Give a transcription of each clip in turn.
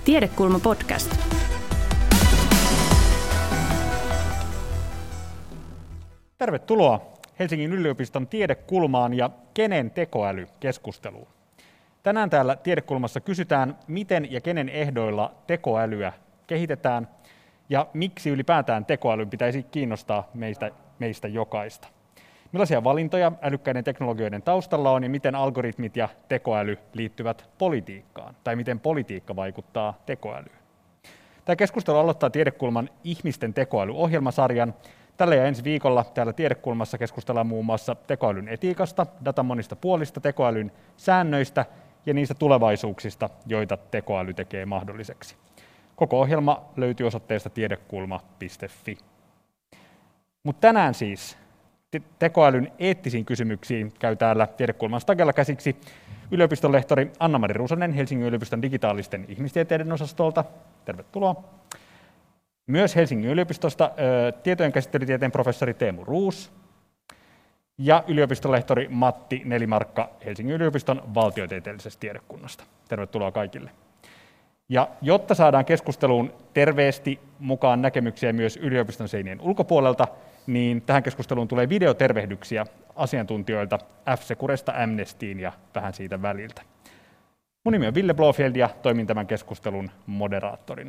Tiedekulma podcast. Tervetuloa Helsingin yliopiston Tiedekulmaan ja Kenen tekoäly-keskusteluun. Tänään täällä Tiedekulmassa kysytään, miten ja kenen ehdoilla tekoälyä kehitetään ja miksi ylipäätään tekoälyn pitäisi kiinnostaa meistä jokaista. Millaisia valintoja älykkäiden teknologioiden taustalla on ja miten algoritmit ja tekoäly liittyvät politiikkaan tai miten politiikka vaikuttaa tekoälyyn. Tämä keskustelu aloittaa Tiedekulman ihmisten tekoälyohjelmasarjan. Tällä ja ensi viikolla täällä Tiedekulmassa keskustellaan muun muassa tekoälyn etiikasta, datan monista puolista, tekoälyn säännöistä ja niistä tulevaisuuksista, joita tekoäly tekee mahdolliseksi. Koko ohjelma löytyy osoitteesta tiedekulma.fi. Mutta tänään siis tekoälyn eettisiin kysymyksiin käy täällä Tiedekulman stagella käsiksi yliopiston lehtori Anna-Mari Ruusonen Helsingin yliopiston digitaalisten ihmistieteiden osastolta. Tervetuloa. Myös Helsingin yliopistosta tietojenkäsittelytieteen professori Teemu Roos ja yliopistonlehtori Matti Nelimarkka Helsingin yliopiston valtiotieteellisestä tiedekunnasta. Tervetuloa kaikille. Ja jotta saadaan keskusteluun terveesti mukaan näkemyksiä myös yliopiston seinien ulkopuolelta, niin tähän keskusteluun tulee videotervehdyksiä asiantuntijoilta F-Securesta Amnestyin ja vähän siitä väliltä. Mun nimi on Ville Blofeld ja toimin tämän keskustelun moderaattorina.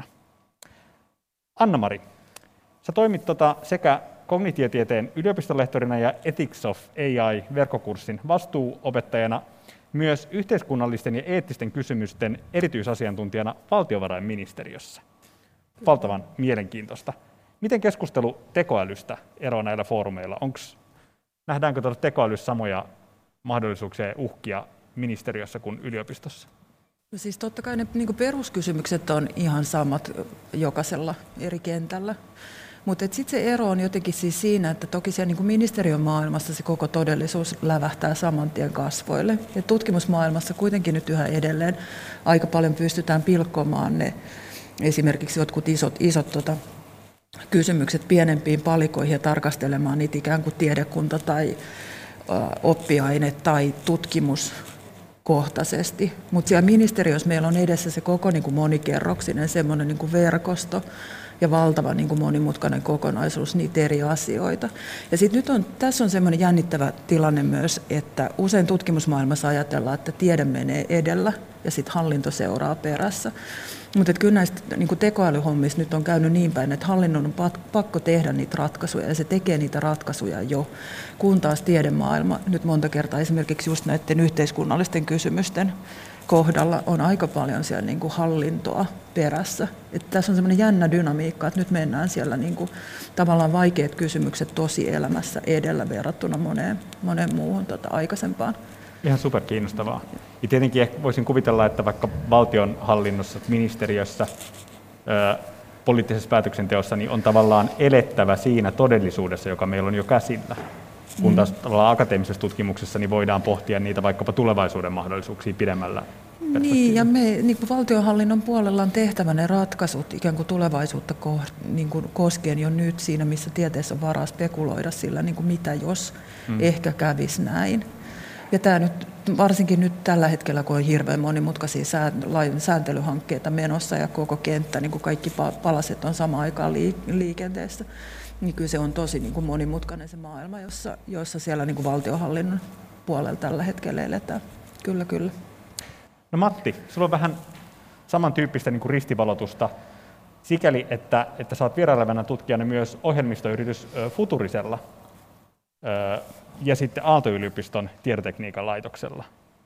Anna-Mari, sä toimit sekä kognitiotieteen yliopistonlehtorina ja Ethics of AI-verkkokurssin vastuuopettajana, myös yhteiskunnallisten ja eettisten kysymysten erityisasiantuntijana valtiovarainministeriössä. Valtavan mielenkiintoista. Miten keskustelu tekoälystä eroaa näillä foorumeilla? Nähdäänkö tekoälyssä samoja mahdollisuuksia ja uhkia ministeriössä kuin yliopistossa? No siis totta kai ne peruskysymykset on ihan samat jokaisella eri kentällä. Mutta sitten se ero on jotenkin siis siinä, että toki siellä ministeriön maailmassa se koko todellisuus lävähtää saman tien kasvoille. Ja tutkimusmaailmassa kuitenkin nyt yhä edelleen aika paljon pystytään pilkkomaan ne esimerkiksi jotkut isot kysymykset pienempiin palikoihin ja tarkastelemaan niitä ikään kuin tiedekunta tai oppiaine tai tutkimuskohtaisesti. Mutta siellä ministeriössä meillä on edessä se koko monikerroksinen semmoinen verkosto ja valtava monimutkainen kokonaisuus niitä eri asioita. Ja sitten tässä on semmoinen jännittävä tilanne myös, että usein tutkimusmaailmassa ajatellaan, että tiede menee edellä ja sitten hallinto seuraa perässä. Mutta kyllä näistä tekoälyhommissa nyt on käynyt niin päin, että hallinnon on pakko tehdä niitä ratkaisuja ja se tekee niitä ratkaisuja jo, kun taas tiedemaailma nyt monta kertaa esimerkiksi just näiden yhteiskunnallisten kysymysten kohdalla on aika paljon siellä hallintoa perässä. Että tässä on semmoinen jännä dynamiikka, että nyt mennään siellä tavallaan vaikeat kysymykset tosielämässä edellä verrattuna moneen muuhun aikaisempaan. Ihan superkiinnostavaa. Ja tietenkin voisin kuvitella, että vaikka valtionhallinnossa, ministeriössä, poliittisessa päätöksenteossa niin on tavallaan elettävä siinä todellisuudessa, joka meillä on jo käsillä. Kun taas akateemisessa tutkimuksessa niin voidaan pohtia niitä vaikkapa tulevaisuuden mahdollisuuksia pidemmällä perspektiivillä. Niin, ja me valtionhallinnon puolella on tehtävä ne ratkaisut ikään kuin tulevaisuutta koskien jo nyt siinä, missä tieteessä on varaa spekuloida sillä, mitä jos ehkä kävisi näin. Ja tämä nyt, varsinkin nyt tällä hetkellä, kun on hirveän monimutkaisia sääntelyhankkeita menossa ja koko kenttä, kaikki palaset on samaan aikaan liikenteessä, niin kyllä se on tosi monimutkainen se maailma, jossa siellä valtionhallinnon puolella tällä hetkellä eletään. Kyllä. No Matti, sulla on vähän samantyyppistä ristivalotusta sikäli, että sä oot vierailevana tutkijana myös ohjelmistoyritys Futurisella ja sitten Aalto-yliopiston tietotekniikan laitoksella.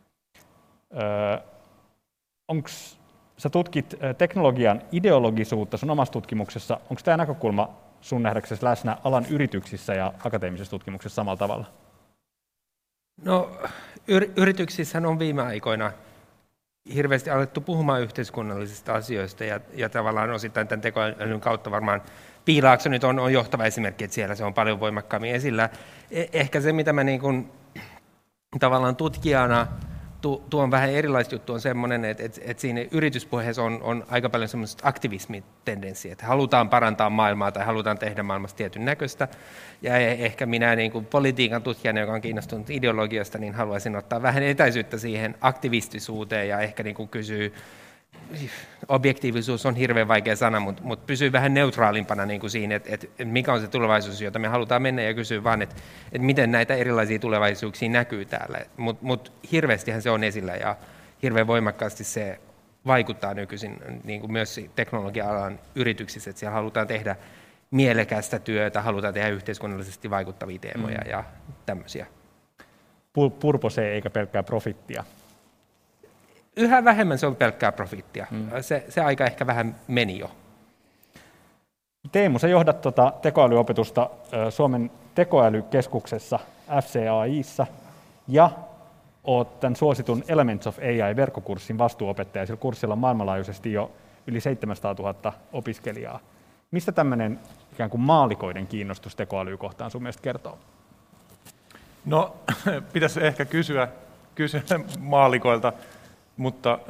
Sä tutkit teknologian ideologisuutta sun omassa tutkimuksessa. Onko tämä näkökulma sun nähdäksesi läsnä alan yrityksissä ja akateemisessa tutkimuksessa samalla tavalla? No, yrityksissähän on viime aikoina hirveästi alettu puhumaan yhteiskunnallisista asioista ja tavallaan osittain tämän tekoälyn kautta varmaan Piilaakso nyt on johtava esimerkki, että siellä se on paljon voimakkaammin esillä. Ehkä se, mitä mä tavallaan tutkijana tuon vähän erilaista juttua on semmoinen, että siinä yrityspuheessa on aika paljon semmoista aktivismitendenssiä, että halutaan parantaa maailmaa tai halutaan tehdä maailmasta tietyn näköistä. Ja ehkä minä politiikan tutkijana, joka on kiinnostunut ideologiasta, niin haluaisin ottaa vähän etäisyyttä siihen aktivistisuuteen ja ehkä kysyä objektiivisuus on hirveän vaikea sana, mutta pysyy vähän neutraalimpana niin kuin siinä, että mikä on se tulevaisuus, jota me halutaan mennä, ja kysyä vaan, että miten näitä erilaisia tulevaisuuksia näkyy täällä. Mutta hirveästihän se on esillä, ja hirveän voimakkaasti se vaikuttaa nykyisin niin kuin myös teknologia-alan yrityksissä, että siellä halutaan tehdä mielekästä työtä, halutaan tehdä yhteiskunnallisesti vaikuttavia teemoja ja tämmöisiä. Purposee eikä pelkkää profittia. Yhä vähemmän se on pelkkää profittia. Se aika ehkä vähän meni jo. Teemu, sä johdat tekoälyopetusta Suomen tekoälykeskuksessa FCAI:ssa ja oot tämän suositun Elements of AI-verkkokurssin vastuuopettaja. Sillä kurssilla on maailmanlaajuisesti jo yli 700 000 opiskelijaa. Mistä tämmöinen ikään kuin maalikoiden kiinnostus tekoälyä kohtaan sun mielestä kertoo? No, pitäisi ehkä kysyä maalikoilta, mutta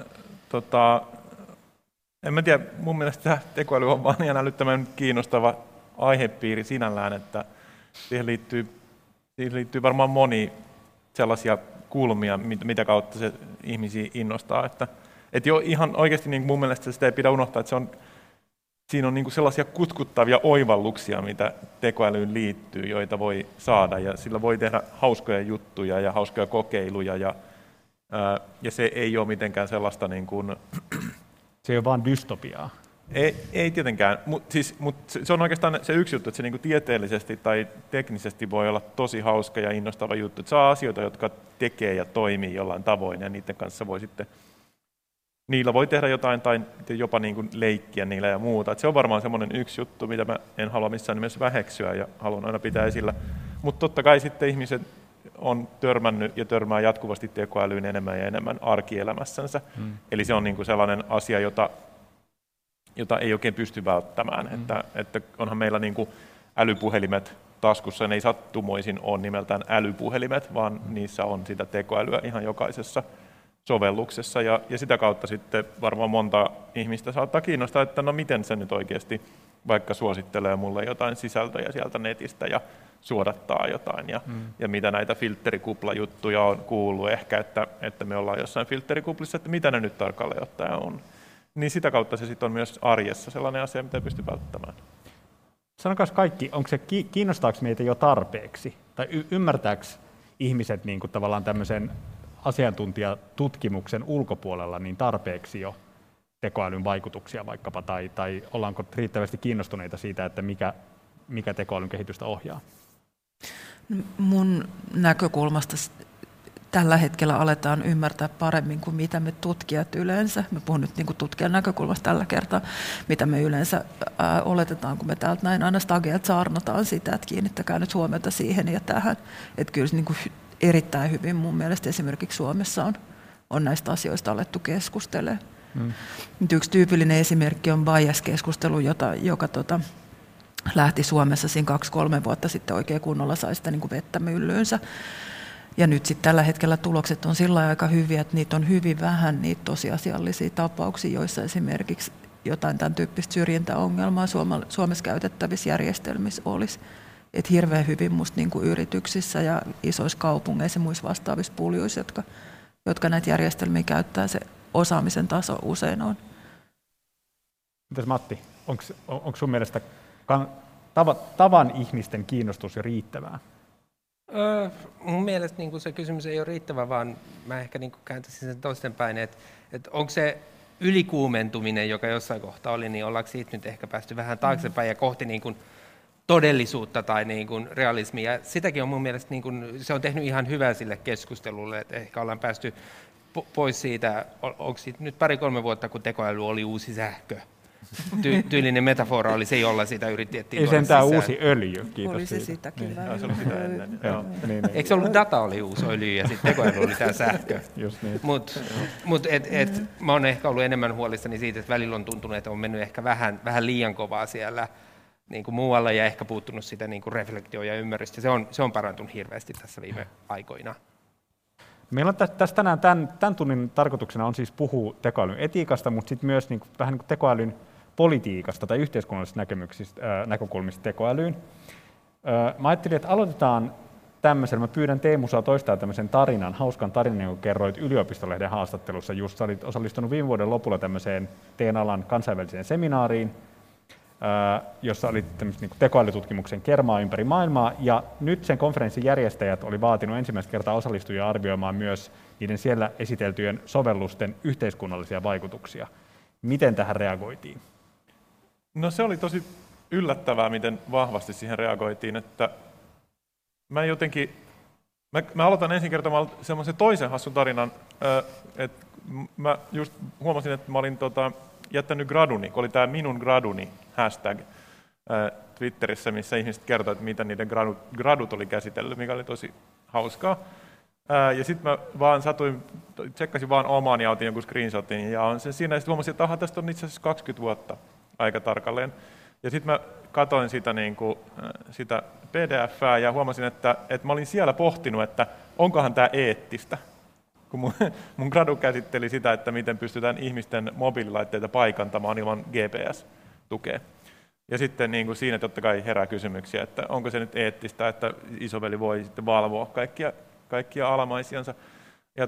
en mä tiedä, mun mielestä tekoäly on vaan ihan älyttömän kiinnostava aihepiiri sinällään, että siihen liittyy varmaan moni sellaisia kulmia, mitä kautta se ihmisiä innostaa. Että jo ihan oikeasti niin mun mielestä sitä ei pidä unohtaa, että siinä on niin sellaisia kutkuttavia oivalluksia, mitä tekoälyyn liittyy, joita voi saada, ja sillä voi tehdä hauskoja juttuja ja hauskoja kokeiluja, ja se ei ole mitenkään sellaista niin kuin... Se ei ole vaan dystopiaa. Ei tietenkään, mutta se on oikeastaan se yksi juttu, että se niin kuin tieteellisesti tai teknisesti voi olla tosi hauska ja innostava juttu, että saa asioita, jotka tekee ja toimii jollain tavoin, ja niiden kanssa voi sitten... Niillä voi tehdä jotain tai jopa niin kuin leikkiä niillä ja muuta. Et se on varmaan semmoinen yksi juttu, mitä mä en halua missään nimessä väheksyä ja haluan aina pitää esillä. Mutta totta kai sitten ihmiset on törmännyt ja törmää jatkuvasti tekoälyyn enemmän ja enemmän arkielämässänsä. Eli se on niin kuin sellainen asia, jota ei oikein pysty välttämään. Että onhan meillä niin kuin älypuhelimet taskussa, ne ei sattumoisin ole nimeltään älypuhelimet, vaan niissä on sitä tekoälyä ihan jokaisessa sovelluksessa, ja sitä kautta sitten varmaan monta ihmistä saattaa kiinnostaa, että no miten se nyt oikeasti vaikka suosittelee mulle jotain sisältöjä sieltä netistä ja suodattaa jotain, ja mitä näitä filtterikuplajuttuja on kuullut ehkä, että me ollaan jossain filtterikuplissa, että mitä ne nyt tarkalleen ottaen on. Niin sitä kautta se sitten on myös arjessa sellainen asia, mitä pystyy välttämään. Sanokaa kaikki, onko se kiinnostaako meitä jo tarpeeksi, tai ymmärtääkö ihmiset niin kuin tavallaan tämmöisen asiantuntijatutkimuksen ulkopuolella niin tarpeeksi jo tekoälyn vaikutuksia vaikkapa, tai ollaanko riittävästi kiinnostuneita siitä, että mikä tekoälyn kehitystä ohjaa? Mun näkökulmasta tällä hetkellä aletaan ymmärtää paremmin kuin mitä me tutkijat yleensä, mä puhun nyt niin kuin tutkijan näkökulmasta tällä kertaa, mitä me yleensä oletetaan, kun me täältä näin aina stageelta saarnataan sitä, että kiinnittäkää nyt huomiota siihen ja tähän, että kyllä niin kuin erittäin hyvin mun mielestä esimerkiksi Suomessa on näistä asioista alettu keskustelemaan. Yksi tyypillinen esimerkki on bias-keskustelu, joka lähti Suomessa siinä 2-3 vuotta sitten oikein kunnolla, sai sitä niin kuin vettä myllyynsä. Ja nyt sitten tällä hetkellä tulokset on sillä aika hyviä, että niitä on hyvin vähän niitä tosiasiallisia tapauksia, joissa esimerkiksi jotain tämän tyyppistä syrjintäongelmaa Suomessa käytettävissä järjestelmissä olisi. Että hirveän hyvin musta niin kuin yrityksissä ja isoissa kaupungeissa ja muissa vastaavissa puljuissa, jotka näitä järjestelmiä käyttää, se osaamisen taso usein on. Mitäs Matti, onko sun mielestä tavan ihmisten kiinnostus jo riittävää? Mun mielestä niin se kysymys ei ole riittävä, vaan mä ehkä niin kääntäisin sen toistenpäin, että onko se ylikuumentuminen, joka jossain kohtaa oli, niin ollaanko siitä nyt ehkä päästy vähän taaksepäin ja kohti niin kuin todellisuutta tai niin kuin realismia. Ja sitäkin on mun mielestä, niin kuin, se on tehnyt ihan hyvää sille keskustelulle, että ehkä ollaan päästy pois siitä, onko siitä nyt 2-3 vuotta, kun tekoäly oli uusi sähkö. Tyylinen metafora oli se, jolla sitä yritettiin. Ei sentään uusi öljy, kiitos oli se siitä. sitäkin Se oli sitä ennen. Niin. Eikö se ollut data oli uusi öljy ja sitten tekoäly oli tämä sähkö? Niin. Mut mä oon ehkä ollut enemmän huolissani siitä, että välillä on tuntunut, että on mennyt ehkä vähän liian kovaa siellä niin kuin muualla ja ehkä puuttunut sitä niin kuin reflektioon ja ymmärrystä. Se on parantunut hirveästi tässä viime aikoina. Meillä on tässä tänään tämän tunnin tarkoituksena on siis puhua tekoälyn etiikasta, mutta sitten myös niin kuin, vähän niin kuin tekoälyn politiikasta tai yhteiskunnallisista näkökulmista tekoälyyn. Mä ajattelin, että aloitetaan tämmöisen. Mä pyydän Teemu sua toistaa tämmöisen tarinan, hauskan tarinan, jonka kerroit Yliopistolehden haastattelussa. Just sä olit osallistunut viime vuoden lopulla tämmöiseen TEN-alan kansainväliseen seminaariin, jossa oli niin tekoälytutkimuksen kermaa ympäri maailmaa, ja nyt sen konferenssin järjestäjät oli vaatinut ensimmäistä kertaa osallistujia arvioimaan myös niiden siellä esiteltyjen sovellusten yhteiskunnallisia vaikutuksia. Miten tähän reagoitiin? No se oli tosi yllättävää, miten vahvasti siihen reagoitiin, että mä aloitan ensin kertomaan semmoisen toisen hassun tarinan, että mä just huomasin, että mä olin jättänyt graduni, kun oli tämä minun graduni hashtag Twitterissä, missä ihmiset kertoivat, että mitä niiden gradut oli käsitellyt, mikä oli tosi hauskaa. Ja sitten mä vaan tsekkasin vaan omaan ja otin jonkun screenshotin, ja siinä ja sitten huomasin, että tästä on itse asiassa 20 vuotta aika tarkalleen. Ja sitten mä katsoin sitä PDF:ää ja huomasin, että mä olin siellä pohtinut, että onkohan tämä eettistä. Kun mun gradu käsitteli sitä, että miten pystytään ihmisten mobiililaitteita paikantamaan ilman GPS-tukea. Ja sitten siinä totta kai herää kysymyksiä, että onko se nyt eettistä, että isoveli voi sitten valvoa kaikkia alamaisiansa. Ja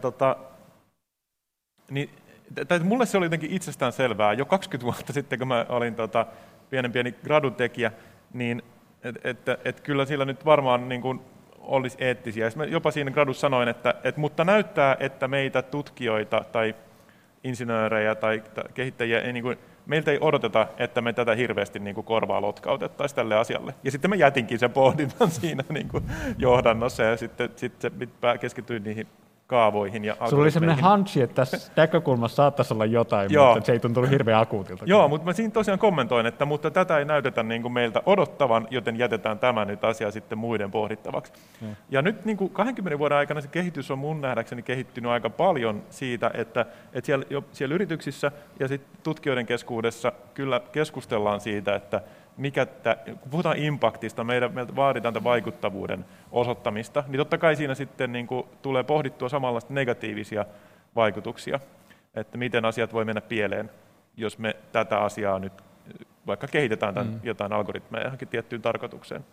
mulle se oli jotenkin itsestään selvää jo 20 vuotta sitten, kun mä olin pieni gradutekijä, niin että kyllä sillä nyt varmaan olisi eettisiä. Ja mä jopa siinä gradussa sanoin, että mutta näyttää, että meitä tutkijoita tai insinöörejä tai kehittäjiä, meiltä ei odoteta, että me tätä hirveästi korvaa lotkautettaisiin tälle asialle. Ja sitten mä jätinkin sen pohdinnan siinä johdannossa ja sitten keskityin niihin kaavoihin. Ja sulla oli sellainen hunchi, että tässä näkökulmassa saattaisi olla jotain, mutta se ei tuntunut hirveän akuutilta. Joo, mutta mä siinä tosiaan kommentoin, että mutta tätä ei näytetä meiltä odottavan, joten jätetään tämä nyt asia sitten muiden pohdittavaksi. Ja nyt 20 vuoden aikana se kehitys on mun nähdäkseni kehittynyt aika paljon siitä, että siellä yrityksissä ja sitten tutkijoiden keskuudessa kyllä keskustellaan siitä, että kun puhutaan impactista, meiltä vaaditaan tämän vaikuttavuuden osoittamista, niin totta kai siinä sitten tulee pohdittua samanlaista negatiivisia vaikutuksia, että miten asiat voi mennä pieleen, jos me tätä asiaa nyt vaikka kehitetään jotain algoritmeja johonkin tiettyyn tarkoitukseen.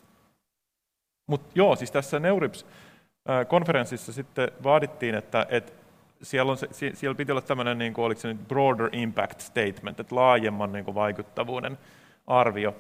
Mutta joo, siis tässä NeurIPS-konferenssissa sitten vaadittiin, että siellä piti olla tämmöinen, oliko se nyt broader impact statement, että laajemman vaikuttavuuden arvio.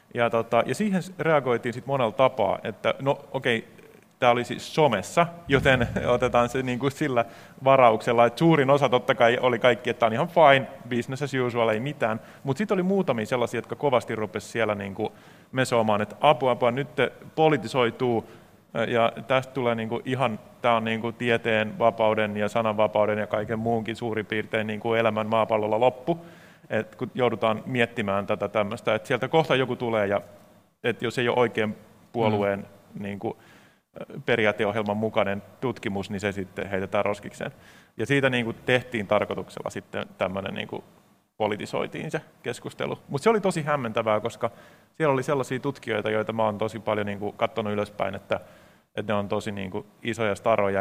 Ja siihen reagoitiin sitten monella tapaa, että no okei, tämä oli siis somessa, joten otetaan se sillä varauksella, että suurin osa totta kai oli kaikki, että on ihan fine, business as usual, ei mitään, mutta sitten oli muutamia sellaisia, jotka kovasti rupesivat siellä mesoamaan, että apua, nyt politisoituu, ja tästä tulee tämä on tieteen vapauden ja sananvapauden ja kaiken muunkin suurin piirtein elämän maapallolla loppu. että kun joudutaan miettimään tätä tämmöistä, että sieltä kohta joku tulee, ja että jos ei ole oikein puolueen niin kuin, periaateohjelman mukainen tutkimus, niin se sitten heitetään roskikseen. Ja siitä niin kuin, tehtiin tarkoituksella sitten tämmöinen, niin kuin, politisoitiin se keskustelu. Mutta se oli tosi hämmentävää, koska siellä oli sellaisia tutkijoita, joita mä oon tosi paljon niin kuin, katsonut ylöspäin, että ne on tosi niin kuin, isoja staroja,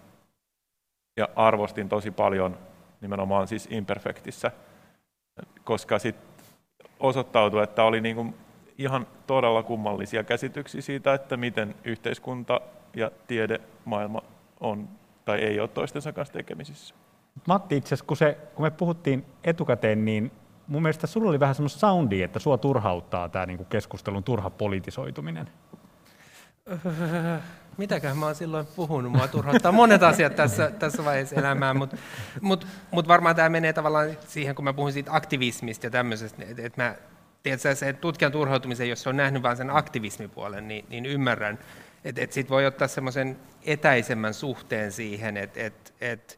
ja arvostin tosi paljon nimenomaan siis Imperfectissä, koska sitten osoittautui, että oli niin kuin ihan todella kummallisia käsityksiä siitä, että miten yhteiskunta ja tiedemaailma on tai ei ole toistensa kanssa tekemisissä. Matti, itse asiassa kun me puhuttiin etukäteen, niin mun mielestä sulla oli vähän semmoista soundia, että sua turhauttaa tämä niinku keskustelun turha politisoituminen. Mitäköhän mä oon silloin puhunut? Mua turhauttaa monet asiat tässä vaiheessa elämää, mutta varmaan tämä menee tavallaan siihen, kun mä puhun siitä aktivismista ja tämmöisestä, että mä tiedätkö, se tutkijan turhautumisen, jos se on nähnyt vain sen aktivismipuolen, niin ymmärrän, että sit voi ottaa semmoisen etäisemmän suhteen siihen, että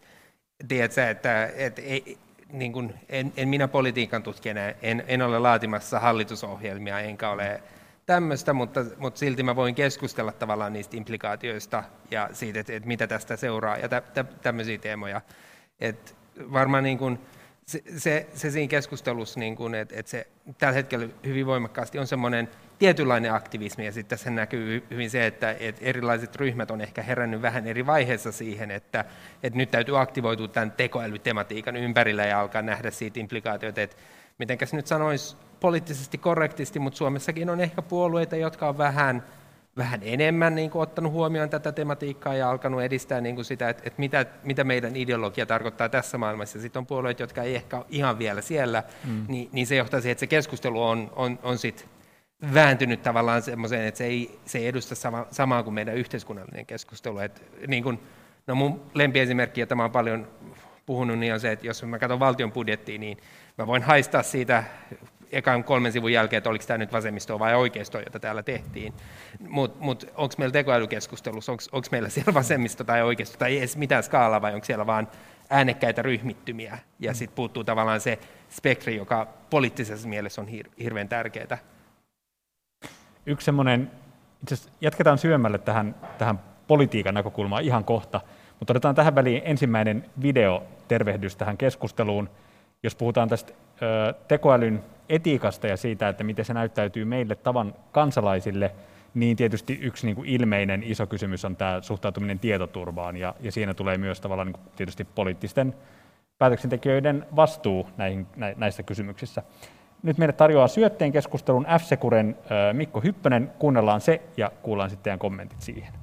niin kuin en minä politiikan tutkijana, en ole laatimassa hallitusohjelmia, enkä ole tämmöistä, mutta silti mä voin keskustella tavallaan niistä implikaatioista ja siitä, että mitä tästä seuraa ja tämmöisiä teemoja. Et varmaan niin kuin se siinä keskustelussa, niin kuin, että se tällä hetkellä hyvin voimakkaasti on semmoinen tietynlainen aktivismi, ja sitten tässä näkyy hyvin se, että erilaiset ryhmät on ehkä herännyt vähän eri vaiheessa siihen, että nyt täytyy aktivoitua tämän tekoälytematiikan ympärillä ja alkaa nähdä siitä implikaatioita, että mitenkäs nyt sanoisi poliittisesti korrektisti, mutta Suomessakin on ehkä puolueita, jotka on vähän vähän enemmän niin kuin ottanut huomioon tätä tematiikkaa ja alkanut edistää niin kuin sitä, että mitä meidän ideologia tarkoittaa tässä maailmassa. Sitten on puolueet, jotka ei ehkä ole ihan vielä siellä, niin se johtaa siihen, että se keskustelu on sit vääntynyt tavallaan semmoiseen, että se ei edusta samaa kuin meidän yhteiskunnallinen keskustelu. Niin kuin, no mun lempiesimerkki, jota mä oon paljon puhunut, niin on se, että jos mä katson valtion budjettia, niin mä voin haistaa siitä ekan 3 sivun jälkeen, että oliko tämä nyt vasemmistoa vai oikeistoa, jota täällä tehtiin. Mutta onko meillä tekoälykeskustelussa, onko meillä siellä vasemmisto tai oikeisto tai ei edes mitään skaalaa, vai onko siellä vaan äänekkäitä ryhmittymiä, ja sitten puuttuu tavallaan se spektri, joka poliittisessa mielessä on hirveän tärkeää. Yksi semmoinen, itse asiassa jatketaan syömälle tähän politiikan näkökulmaan ihan kohta, mutta otetaan tähän väliin ensimmäinen videotervehdys tähän keskusteluun, jos puhutaan tästä tekoälyn etiikasta ja siitä, että miten se näyttäytyy meille tavan kansalaisille, niin tietysti yksi niin kuin ilmeinen iso kysymys on tämä suhtautuminen tietoturvaan, ja siinä tulee myös tavallaan niin kuin tietysti poliittisten päätöksentekijöiden vastuu näissä kysymyksissä. Nyt meille tarjoaa syötteen keskustelun F-Securen Mikko Hyppönen. Kuunnellaan se ja kuullaan sitten teidän kommentit siihen.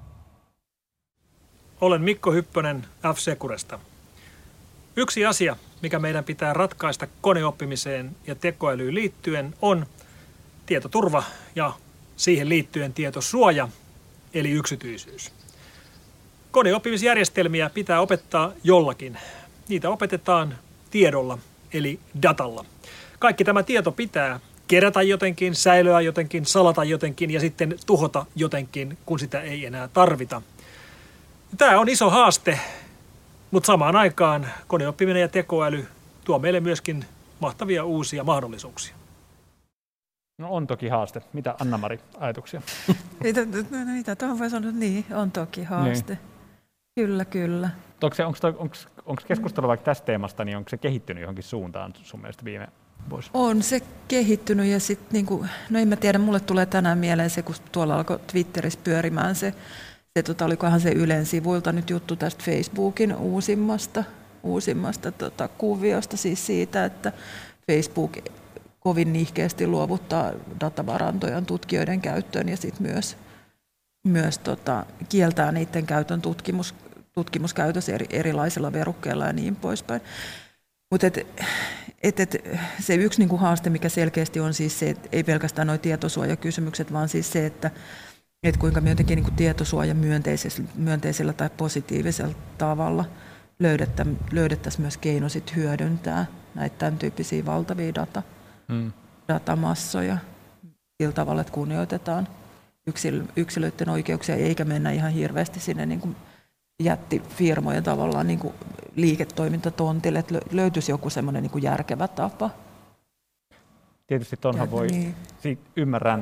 Olen Mikko Hyppönen F-Securesta. Yksi asia, mikä meidän pitää ratkaista koneoppimiseen ja tekoälyyn liittyen, on tietoturva ja siihen liittyen tietosuoja, eli yksityisyys. Koneoppimisjärjestelmiä pitää opettaa jollakin. Niitä opetetaan tiedolla, eli datalla. Kaikki tämä tieto pitää kerätä jotenkin, säilöä jotenkin, salata jotenkin ja sitten tuhota jotenkin, kun sitä ei enää tarvita. Tämä on iso haaste, mutta samaan aikaan koneoppiminen ja tekoäly tuo meille myöskin mahtavia uusia mahdollisuuksia. No on toki haaste. Mitä Anna-Mari ajatuksia? Mitä tuohon voi sanoa, niin on toki haaste. Niin. Kyllä. Onko keskustelu vaikka tästä teemasta, niin onko se kehittynyt johonkin suuntaan sun mielestä viime vuosina? On se kehittynyt ja sitten, niinku, no en mä tiedä, mulle tulee tänään mieleen se, kun tuolla alkoi Twitterissä pyörimään se olikohan se Ylen sivuilta nyt juttu tästä Facebookin uusimmasta kuviosta, siis siitä, että Facebook kovin nihkeästi luovuttaa datavarantojaan tutkijoiden käyttöön ja sitten myös kieltää niiden käytön tutkimuskäytössä erilaisilla verukkeilla ja niin poispäin. Mutta se yksi niinku haaste, mikä selkeästi on siis se, että ei pelkästään nuo tietosuojakysymykset, vaan siis se, että kuinka me jotenkin niin tietosuoja myönteisellä tai positiivisella tavalla löydettäisiin myös keino sit hyödyntää näitä tämän tyyppisiä valtavia datamassoja sillä tavalla, että kunnioitetaan yksilöiden oikeuksia eikä mennä ihan hirveästi sinne niin kuin jättifirmojen tavallaan niin kuin liiketoimintatontille, että löytyisi joku semmoinen niin kuin järkevä tapa. Tietysti tuonhan voi, ymmärrän,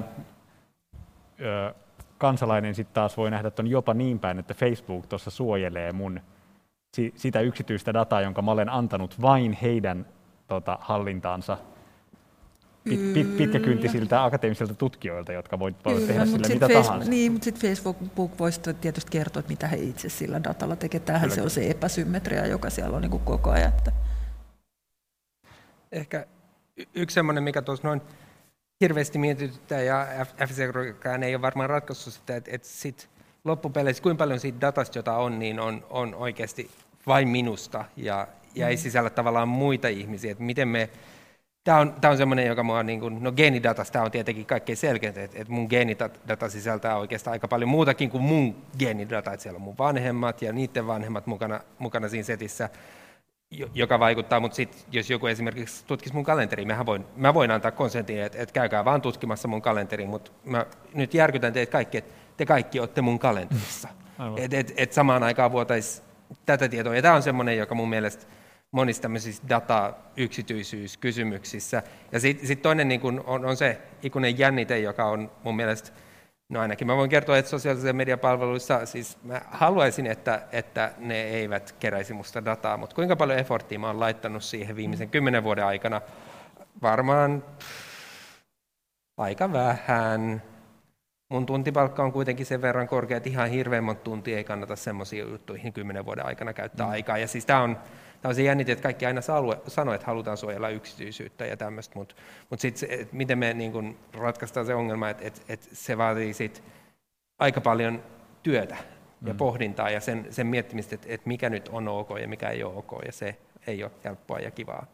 kansalainen sitten taas voi nähdä, että on jopa niin päin, että Facebook tuossa suojelee mun sitä yksityistä dataa, jonka mä olen antanut vain heidän hallintaansa pitkäkyntisiltä akateemisilta tutkijoilta, jotka voivat tehdä sillä mitä tahansa. Niin, mutta sitten Facebook voisi tietysti kertoa, että mitä he itse sillä datalla tekevät. Tämähän se on se epäsymmetria, joka siellä on niin kuin koko ajan. Ehkä yksi semmoinen, mikä tuossa noin hirveästi mietityttää, ja F-Securikään ei ole varmaan ratkaissut sitä, että sit loppupeleissä kuinka paljon siitä datasta, jota on, niin on oikeasti vain minusta, ja ei sisällä tavallaan muita ihmisiä. Että miten me, tämä on semmoinen, joka mua niin kuin, no geenidatasta tämä on tietenkin kaikkein selkeää, että mun geenidata sisältää oikeastaan aika paljon muutakin kuin mun geenidata, että siellä on mun vanhemmat ja niiden vanhemmat mukana siinä setissä, joka vaikuttaa, mutta sitten jos joku esimerkiksi tutkisi mun kalenteriin, mä voin antaa konsentin, että käykää vaan tutkimassa mun kalenteriin, mutta mä nyt järkytän teitä kaikki, että te kaikki olette mun kalenterissa. Et samaan aikaan vuotaisi tätä tietoa. Ja tämä on semmoinen, joka mun mielestä monissa tämmöisissä data-yksityisyyskysymyksissä. Ja sitten toinen niin kun on se ikuinen jännite, joka on mun mielestä, no ainakin mä voin kertoa, että sosiaalisissa mediapalveluissa, siis mä haluaisin, että ne eivät keräisi musta dataa, mutta kuinka paljon efforttia mä oon laittanut siihen viimeisen 10 vuoden aikana? Varmaan aika vähän. Mun tuntipalkka on kuitenkin sen verran korkea, että ihan hirveän monta tuntia ei kannata semmoisia juttuihin 10 vuoden aikana käyttää aikaa. Ja siis tämä on se jännite, että kaikki aina sanoo, että halutaan suojella yksityisyyttä ja tämmöistä, mutta sitten miten me niin kun ratkaistaan se ongelma, että se vaatii sit aika paljon työtä ja pohdintaa ja sen miettimistä, että mikä nyt on ok ja mikä ei ole ok, ja se ei ole helppoa ja kivaa.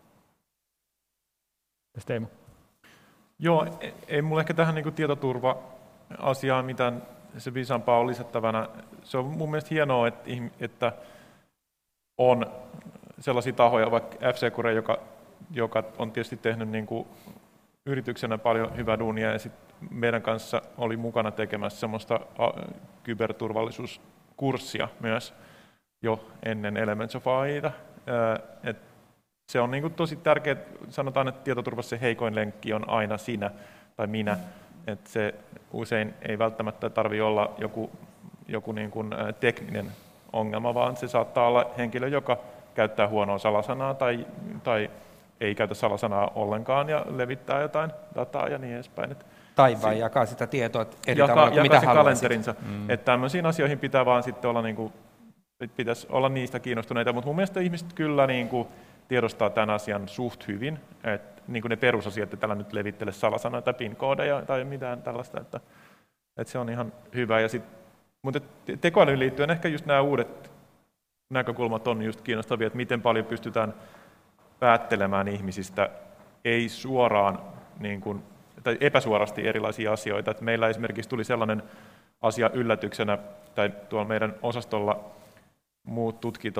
Teemu? Joo, ei mulla ehkä tähän niin tietoturva-asiaan mitään se viisaampaa on lisättävänä. Se on mun mielestä hienoa, että on sellaisia tahoja, vaikka F-Secure, joka on tietysti tehnyt niin kuin yrityksenä paljon hyvää duunia, ja sit meidän kanssa oli mukana tekemässä semmoista kyberturvallisuuskurssia myös jo ennen Elements of AI:ta. Se on niin kuin tosi tärkeää, sanotaan, että tietoturvassa se heikoin lenkki on aina sinä tai minä, että se usein ei välttämättä tarvitse olla joku niin kuin tekninen ongelma, vaan se saattaa olla henkilö, joka käyttää huonoa salasanaa tai ei käytä salasanaa ollenkaan ja levittää jotain dataa ja niin edespäin. Tai vain jakaa sitä tietoa eri tavalla kuin mitä haluaisit. Kalenterinsa. Että tämmöisiin asioihin pitää vaan sitten olla, pitäisi olla niistä kiinnostuneita, mutta mun mielestä ihmiset kyllä niin kuin tiedostaa tämän asian suht hyvin, että niin kuin ne perusasiat, että tällä nyt levittele salasanoja tai PIN-koodeja tai mitään tällaista, että se on ihan hyvä. Mutta tekoälyyn liittyen ehkä just nämä uudet näkökulmat on just kiinnostavia, että miten paljon pystytään päättelemään ihmisistä, ei suoraan niin kuin, tai epäsuorasti erilaisia asioita. Että meillä esimerkiksi tuli sellainen asia yllätyksenä, tai tuolla meidän osastolla muut tutki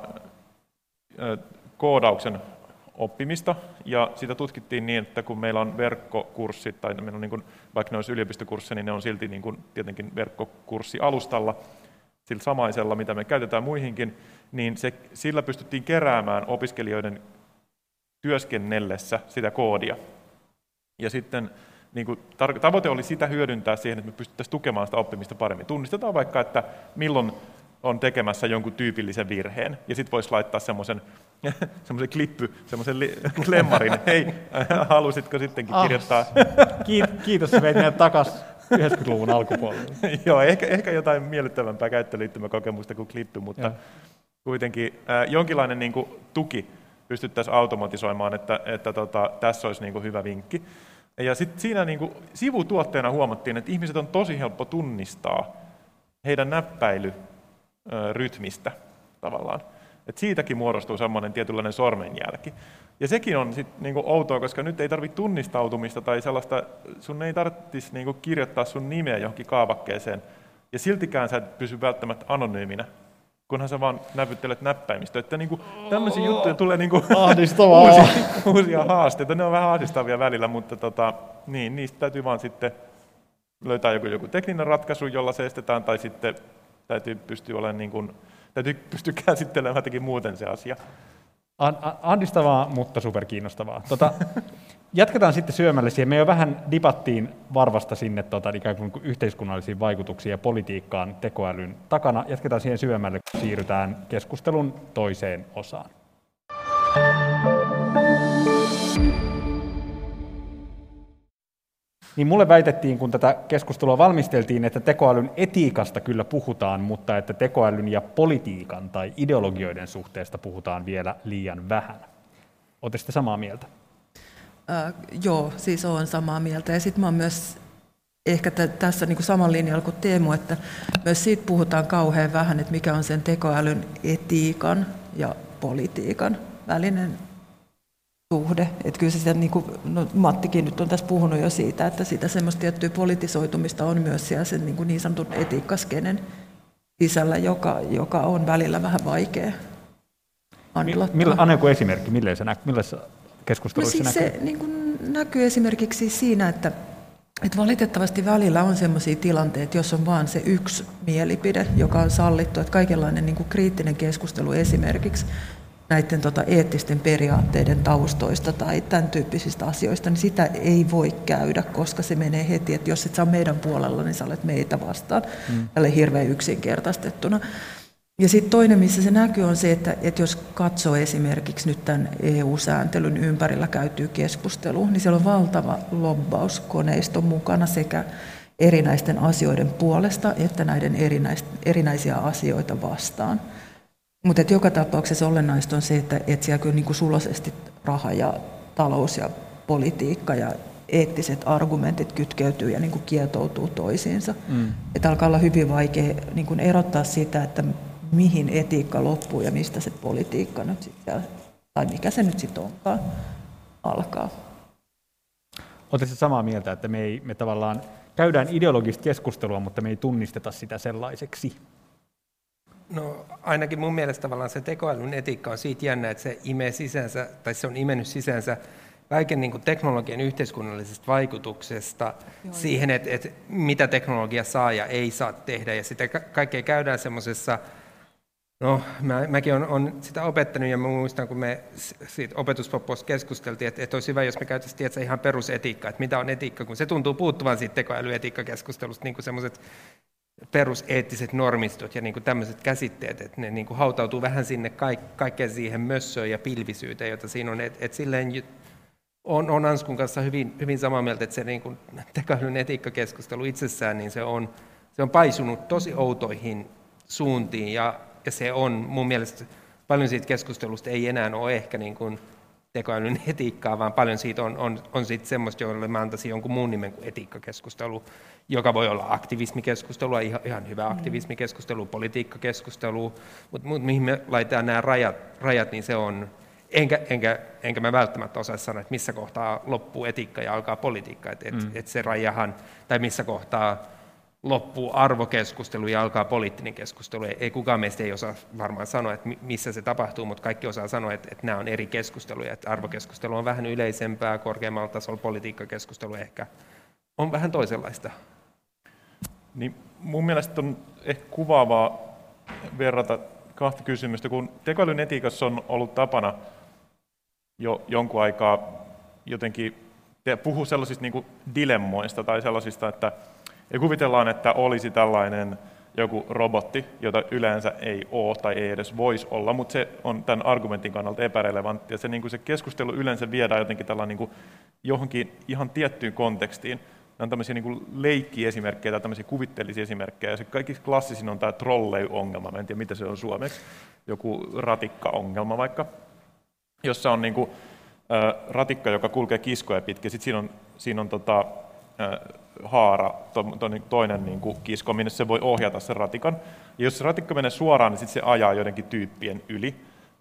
koodauksen oppimista, ja sitä tutkittiin niin, että kun meillä on verkkokurssit, tai meillä on niin kuin, vaikka ne olisi yliopistokursseja, niin ne on silti niin kuin, tietenkin verkkokurssialustalla, sillä samaisella, mitä me käytetään muihinkin, niin sillä pystyttiin keräämään opiskelijoiden työskennellessä sitä koodia. Ja sitten niin kuin, tavoite oli sitä hyödyntää siihen, että me pystyttäisiin tukemaan sitä oppimista paremmin. Tunnistetaan vaikka, että milloin on tekemässä jonkun tyypillisen virheen, ja sitten voisi laittaa semmoisen lemmarin. Hei, halusitko sittenkin kirjoittaa? Kiitos, veit meidät takaisin 90-luvun alkupuolelle. Joo, ehkä jotain miellyttävämpää käyttöliittymäkokemusta kuin klippi, mutta kuitenkin jonkinlainen niin kuin tuki pystyttäisiin automatisoimaan, että tässä olisi niin kuin hyvä vinkki. Ja sitten siinä niin kuin sivutuotteena huomattiin, että ihmiset on tosi helppo tunnistaa heidän näppäilyrytmistä tavallaan. Et siitäkin muodostuu semmoinen tietynlainen sormenjälki. Ja sekin on sitten niinku outoa, koska nyt ei tarvitse tunnistautumista tai sellaista, sun ei tarvitsisi niinku kirjoittaa sun nimeä johonkin kaavakkeeseen, ja siltikään sä et pysy välttämättä anonyyminä, kunhan sä vaan näpyttelet näppäimistä. Että niinku tämmöisiä juttuja tulee niinku uusia haasteita. Ne on vähän ahdistavia välillä, mutta niin, niistä täytyy vaan sitten löytää joku tekninen ratkaisu, jolla se estetään, tai sitten täytyy pystyä käsittelemään jotenkin muuten se asia. Ahdistavaa, mutta superkiinnostavaa. Jatketaan sitten syömälle siihen. Me jo vähän dibattiin varvasta sinne ikään kuin yhteiskunnallisiin vaikutuksiin ja politiikkaan tekoälyn takana. Jatketaan siihen syömälle, kun siirrytään keskustelun toiseen osaan. Niin mulle väitettiin, kun tätä keskustelua valmisteltiin, että tekoälyn etiikasta kyllä puhutaan, mutta että tekoälyn ja politiikan tai ideologioiden suhteesta puhutaan vielä liian vähän. Oletteko te samaa mieltä? Joo, siis olen samaa mieltä. Ja sitten mä oon myös ehkä tässä niin kuin saman linjalla kuin Teemu, että myös siitä puhutaan kauhean vähän, että mikä on sen tekoälyn etiikan ja politiikan välinen suhde. Että kyllä se sitä, niin kuin Mattikin nyt on tässä puhunut jo siitä, että sitä semmoista tiettyä politisoitumista on myös siellä sen niin sanotun etiikkaskenen sisällä, joka on välillä vähän vaikea handlattaa. Anna joku esimerkki, millaisessa keskusteluissa siis näkyy? Se niin kuin näkyy esimerkiksi siinä, että valitettavasti välillä on sellaisia tilanteita, jos on vain se yksi mielipide, joka on sallittu, että kaikenlainen niin kuin kriittinen keskustelu esimerkiksi näiden eettisten periaatteiden taustoista tai tämän tyyppisistä asioista, niin sitä ei voi käydä, koska se menee heti, että jos et sä ole meidän puolella, niin sä olet meitä vastaan, tälle hirveän yksinkertaistettuna. Ja sitten toinen, missä se näkyy, on se, että jos katsoo esimerkiksi nyt tämän EU-sääntelyn ympärillä käytyy keskustelu, niin siellä on valtava lobbauskoneisto mukana sekä erinäisten asioiden puolesta että näiden erinäisiä asioita vastaan. Mutta joka tapauksessa olennaista on se, että siellä kyllä niin kuin suloisesti raha ja talous ja politiikka ja eettiset argumentit kytkeytyy ja niin kuin kietoutuu toisiinsa. Että alkaa olla hyvin vaikea niin kuin erottaa sitä, että mihin etiikka loppuu ja mistä se politiikka nyt sitten, tai mikä se nyt sitten onkaan, alkaa. Oletko samaa mieltä, että me tavallaan käydään ideologista keskustelua, mutta me ei tunnisteta sitä sellaiseksi? No ainakin mun mielestä tavallaan se tekoälyn etiikka on siitä jännä, että se imee sisäänsä, tai se on imennyt sisäänsä kaiken niin kuin teknologian yhteiskunnallisesta vaikutuksesta siihen, että mitä teknologia saa ja ei saa tehdä. Ja sitä kaikkea käydään semmoisessa, no mäkin olen sitä opettanut ja mä muistan, kun me siitä opetuspoppoista keskusteltiin, että olisi hyvä, jos me käytäisiin ihan perusetiikkaa, että mitä on etiikka, kun se tuntuu puuttuvan siitä tekoälyetiikkakeskustelusta, niin kuin semmoiset peruseettiset normistot ja niin kuin tämmöiset käsitteet, että ne niin kuin hautautuu vähän sinne kaikkeen siihen mössöön ja pilvisyyteen, jota siinä on, että silleen on Anskun kanssa hyvin samaa mieltä, että se niin kuin tekoälyn etiikkakeskustelu itsessään, niin se on paisunut tosi outoihin suuntiin ja se on mun mielestä, paljon siitä keskustelusta ei enää ole ehkä niin kuin tekoälyn etiikkaa, vaan paljon siitä on siitä semmoista, jolle mä antaisin jonkun muun nimen kuin etiikkakeskustelu, joka voi olla aktivismikeskustelua, ihan hyvä aktivismikeskustelu, politiikkakeskustelu, mutta mihin me laitetaan nämä rajat, niin se on, enkä mä välttämättä osaa sanoa, että missä kohtaa loppuu etiikka ja alkaa politiikka, että se rajahan, tai missä kohtaa loppuu arvokeskustelu ja alkaa poliittinen keskustelu. Ei kukaan meistä ei osaa varmaan sanoa, että missä se tapahtuu, mutta kaikki osaa sanoa, että nämä on eri keskusteluja. Että arvokeskustelu on vähän yleisempää, korkeammalla tasolla politiikkakeskustelu ehkä on vähän toisenlaista. Niin mun mielestä on ehkä kuvaavaa verrata kahta kysymystä, kun tekoälyn etiikassa on ollut tapana jo jonkun aikaa jotenkin puhua sellaisista niin kuin dilemmoista tai sellaisista, että ja kuvitellaan, että olisi tällainen joku robotti, jota yleensä ei ole tai ei edes voisi olla, mutta se on tämän argumentin kannalta epärelevantti. Ja se, niin kuin se keskustelu yleensä viedään jotenkin niin kuin johonkin ihan tiettyyn kontekstiin. Nämä on tämmöisiä niin kuin leikkiesimerkkejä tai tämmöisiä kuvitteellisia esimerkkejä. Ja se kaikista klassisin on tämä trolley-ongelma, en tiedä mitä se on suomeksi, joku ratikka-ongelma vaikka, jossa on niin kuin, ratikka, joka kulkee kiskoja pitkin, sitten siinä on haara, toinen niin kuin kisko, minne se voi ohjata sen ratikan. Ja jos se ratikka menee suoraan, niin sitten se ajaa joidenkin tyyppien yli.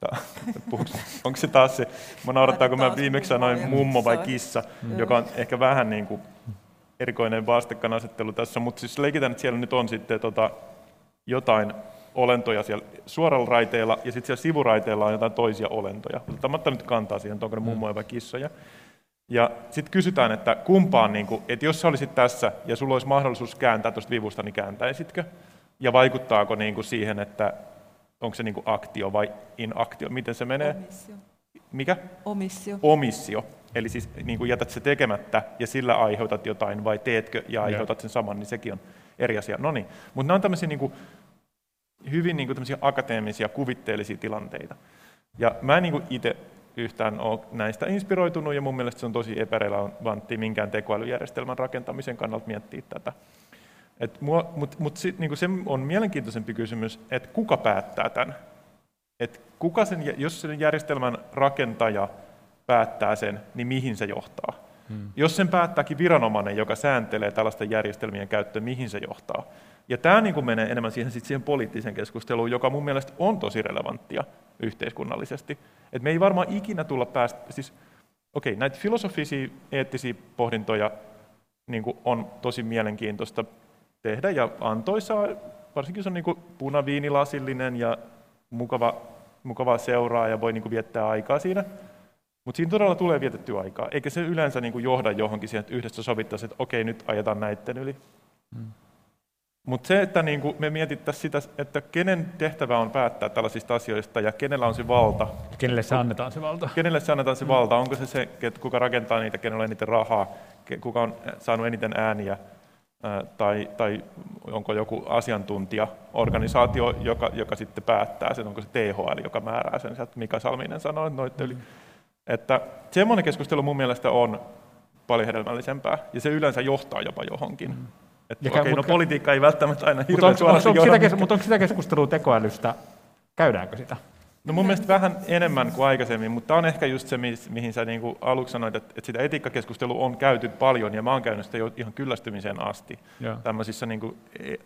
Onko se taas se, mä naurattaa, kun mä viimeksi sanoin mummo vai kissa, joka on ehkä vähän niin kuin erikoinen vastakkainasettelu tässä, mutta siis leikitään, että siellä nyt on sitten jotain olentoja siellä suoralla raiteella, ja sitten siellä sivuraiteella on jotain toisia olentoja. Ottamatta nyt kantaa siihen, onko ne mummoja vai kissoja. Ja sitten kysytään, että kumpaan, että jos sä olisit tässä ja sulla olisi mahdollisuus kääntää tuosta vivusta, niin kääntäisitkö? Ja vaikuttaako siihen, että onko se aktio vai inaktio? Miten se menee? Omissio. Mikä? Omissio. Omissio. Eli siis jätät se tekemättä ja sillä aiheutat jotain vai teetkö ja aiheutat sen saman, niin sekin on eri asia. No niin, mutta nämä on tämmöisiä hyvin tämmöisiä akateemisia, kuvitteellisia tilanteita. Ja mä en itse yhtään ole näistä inspiroitunut, ja mun mielestä se on tosi epärelevanttia minkään tekoälyjärjestelmän rakentamisen kannalta miettiä tätä. Mutta se on mielenkiintoisempi kysymys, että kuka päättää tämän? Jos sen järjestelmän rakentaja päättää sen, niin mihin se johtaa? Jos sen päättääkin viranomainen, joka sääntelee tällaisten järjestelmien käyttöön, mihin se johtaa? Ja tämä menee enemmän siihen poliittiseen keskusteluun, joka mun mielestä on tosi relevanttia yhteiskunnallisesti. Et me ei varmaan ikinä tulla näitä filosofisia, eettisiä pohdintoja on tosi mielenkiintoista tehdä ja antoisaa, varsinkin se on punaviinilasillinen ja mukava seuraa ja voi viettää aikaa siinä. Mutta siinä todella tulee vietettyä aikaa, eikä se yleensä johda johonkin siihen, että yhdessä sovittaisiin, että okei, nyt ajetaan näitten yli. Mutta se, että me mietittäisiin sitä, että kenen tehtävä on päättää tällaisista asioista ja kenellä on se valta. Kenelle se annetaan se valta? Kenelle se annetaan se valta? Onko se, kuka rakentaa niitä, kenellä on eniten rahaa, kuka on saanut eniten ääniä, tai onko joku asiantuntijaorganisaatio, joka sitten päättää sen, onko se THL, joka määrää sen, että Mika Salminen sanoi, että noitten yli. Että semmoinen keskustelu mun mielestä on paljon hedelmällisempää, ja se yleensä johtaa jopa johonkin. Politiikka ei välttämättä aina hirveän suorasti johda. Mutta onko sitä keskustelua tekoälystä, käydäänkö sitä? No mun mielestä vähän enemmän kuin aikaisemmin, mutta on ehkä just se, mihin sä niin kuin aluksi sanoit, että sitä etiikkakeskustelua on käyty paljon, ja mä oon käynyt sitä jo ihan kyllästymiseen asti. Tämmöisissä niin kuin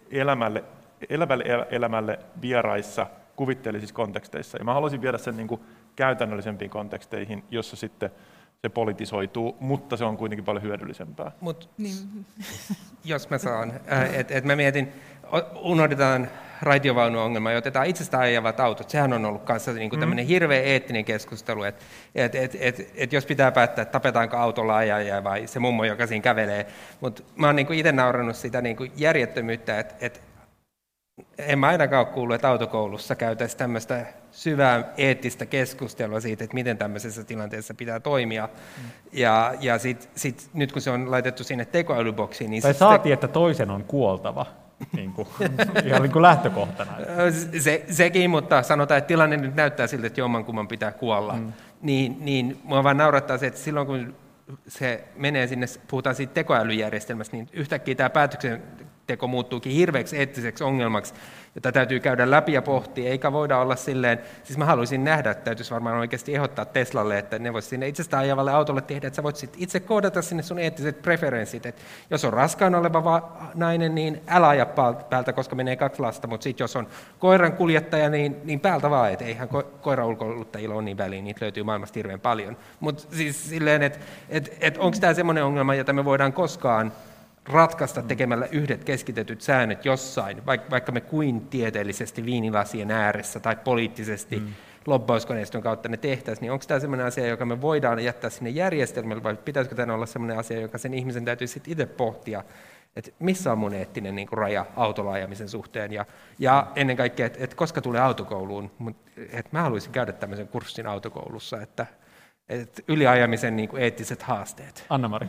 elämälle vieraissa kuvitteellisissa konteksteissa. Ja mä haluaisin viedä sen niin kuin käytännöllisempiin konteksteihin, jossa sitten se politisoituu, mutta se on kuitenkin paljon hyödyllisempää. Jos mä saan, että mä mietin, unohdetaan raitiovaunuongelma ja otetaan itsestään ajavat autot. Sehän on ollut kanssa niin tämmöinen hirveä eettinen keskustelu, että jos pitää päättää, että tapetaanko autolla ajaja vai se mummo, joka siinä kävelee. Mutta mä oon niin itse naurannut sitä niin järjettömyyttä, että en mä ainakaan ole kuullut, että autokoulussa käytäisiin tämmöistä syvää eettistä keskustelua siitä, että miten tämmöisessä tilanteessa pitää toimia. Ja sit, nyt kun se on laitettu sinne tekoälyboksiin, niin... Tai saatiin, että toisen on kuoltava. Ihan niin kuin lähtökohtana. Sekin, mutta sanotaan, että tilanne nyt näyttää siltä, että jommankumman pitää kuolla. Niin mua vaan naurattaa se, että silloin kun se menee sinne, puhutaan siitä tekoälyjärjestelmästä, niin yhtäkkiä tämä päätöksenteko muuttuukin hirveäksi eettiseksi ongelmaksi, jota täytyy käydä läpi ja pohtia, eikä voida olla silleen, siis mä haluaisin nähdä, että täytyisi varmaan oikeasti ehdottaa Teslalle, että ne voisi sinne itsestään ajavalle autolle tehdä, että sä voit sitten itse koodata sinne sun eettiset preferenssit, että jos on raskaan oleva nainen, niin älä aja päältä, koska menee 2 lasta, mutta sitten jos on koiran kuljettaja, niin päältä vaan, että eihän koiran ulkoiluttajilla ole niin väliin, niitä löytyy maailmasta hirveän paljon. Mutta siis silleen, että onko tämä semmoinen ongelma, jota me voidaan koskaan ratkaista tekemällä yhdet keskitetyt säännöt jossain, vaikka me kuin tieteellisesti viinilasien ääressä tai poliittisesti lobbauskoneiston kautta ne tehtäisiin, niin onko tämä sellainen asia, joka me voidaan jättää sinne järjestelmälle, vai pitäisikö tämä olla sellainen asia, joka sen ihmisen täytyy sitten itse pohtia, että missä on mun eettinen niin kuin raja autolla ajamisen suhteen, ja ennen kaikkea, että koska tulee autokouluun, että mä haluaisin käydä tämmöisen kurssin autokoulussa, että yliajamisen niin kuin eettiset haasteet. Anna-Mari.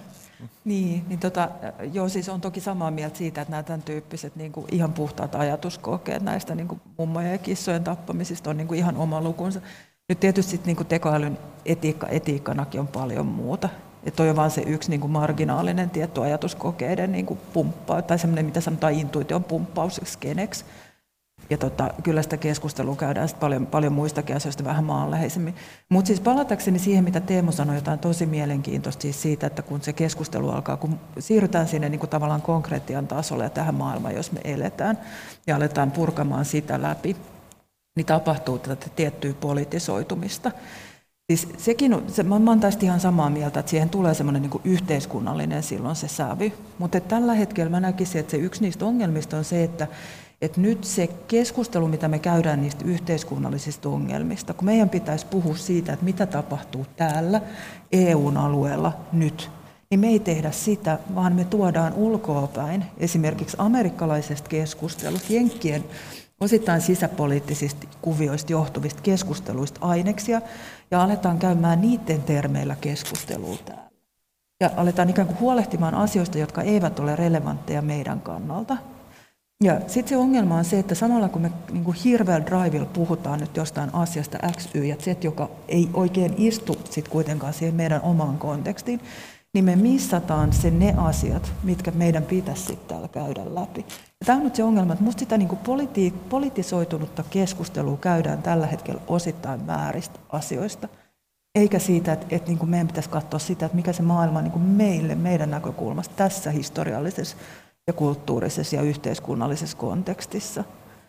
Joo, siis on toki samaa mieltä siitä, että nämä tämän tyyppiset niin kuin ihan puhtaat ajatuskokeet näistä niin kuin mummojen ja kissojen tappamisista on niin kuin ihan oma lukunsa. Nyt tietysti niin kuin tekoälyn etiikkanakin on paljon muuta. Että toi on vain se yksi niin kuin marginaalinen tietty ajatuskokeiden niin kuin pumppa, tai semmoinen, mitä sanotaan intuition pumppaus skeneksi. Ja kyllä sitä keskustelua käydään paljon muistakin asioista vähän maanläheisemmin. Mutta siis palatakseni siihen, mitä Teemu sanoi, jotain tosi mielenkiintoista siis siitä, että kun se keskustelu alkaa, kun siirrytään sinne niin kuin tavallaan konkreettian tasolle ja tähän maailmaan, jos me eletään, ja aletaan purkamaan sitä läpi, niin tapahtuu tätä tiettyä politisoitumista. Siis sekin, mä oon tästä ihan samaa mieltä, että siihen tulee semmoinen niin kuin yhteiskunnallinen silloin se sävy. Mutta tällä hetkellä mä näkisin, että se yksi niistä ongelmista on se, että nyt se keskustelu, mitä me käydään niistä yhteiskunnallisista ongelmista, kun meidän pitäisi puhua siitä, että mitä tapahtuu täällä EUn alueella nyt, niin me ei tehdä sitä, vaan me tuodaan ulkoapäin esimerkiksi amerikkalaisesta keskustelusta, jenkkien osittain sisäpoliittisista kuvioista johtuvista keskusteluista aineksia, ja aletaan käymään niiden termeillä keskustelua täällä. Ja aletaan ikään kuin huolehtimaan asioista, jotka eivät ole relevantteja meidän kannalta. Ja sitten se ongelma on se, että samalla kun me niin kuin hirveällä drivella puhutaan nyt jostain asiasta X, Y ja Z, joka ei oikein istu sit kuitenkaan siihen meidän omaan kontekstiin, niin me missataan ne asiat, mitkä meidän pitäisi sitten täällä käydä läpi. Ja tämä on nyt se ongelma, että musta sitä niin kuin politisoitunutta keskustelua käydään tällä hetkellä osittain vääristä asioista, eikä siitä, että niin kuin meidän pitäisi katsoa sitä, että mikä se maailma niin kuin meidän näkökulmasta tässä historiallisessa ja kulttuurisessa ja yhteiskunnallisessa kontekstissa.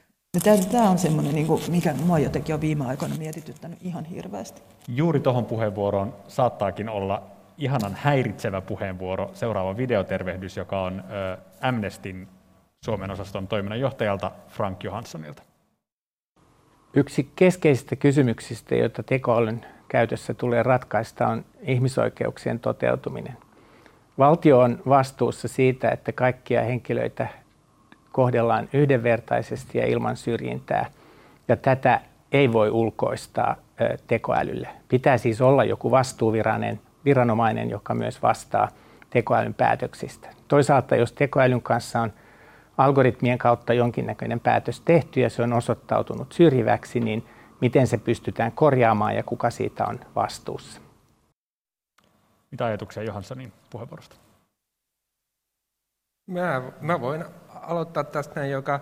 Tämä on semmoinen, mikä minua jotenkin on viime aikoina mietityttänyt ihan hirveästi. Juuri tuohon puheenvuoroon saattaakin olla ihanan häiritsevä puheenvuoro, seuraava videotervehdys, joka on Amnestyn Suomen osaston toiminnanjohtajalta Frank Johanssonilta. Yksi keskeisistä kysymyksistä, joita tekoälyn käytössä tulee ratkaista, on ihmisoikeuksien toteutuminen. Valtio on vastuussa siitä, että kaikkia henkilöitä kohdellaan yhdenvertaisesti ja ilman syrjintää, ja tätä ei voi ulkoistaa tekoälylle. Pitää siis olla joku vastuuviranomainen, joka myös vastaa tekoälyn päätöksistä. Toisaalta, jos tekoälyn kanssa on algoritmien kautta jonkinnäköinen päätös tehty ja se on osoittautunut syrjiväksi, niin miten se pystytään korjaamaan ja kuka siitä on vastuussa? Mitä ajatuksia Johanssonin puheenvuorosta? Mä voin aloittaa tästä, joka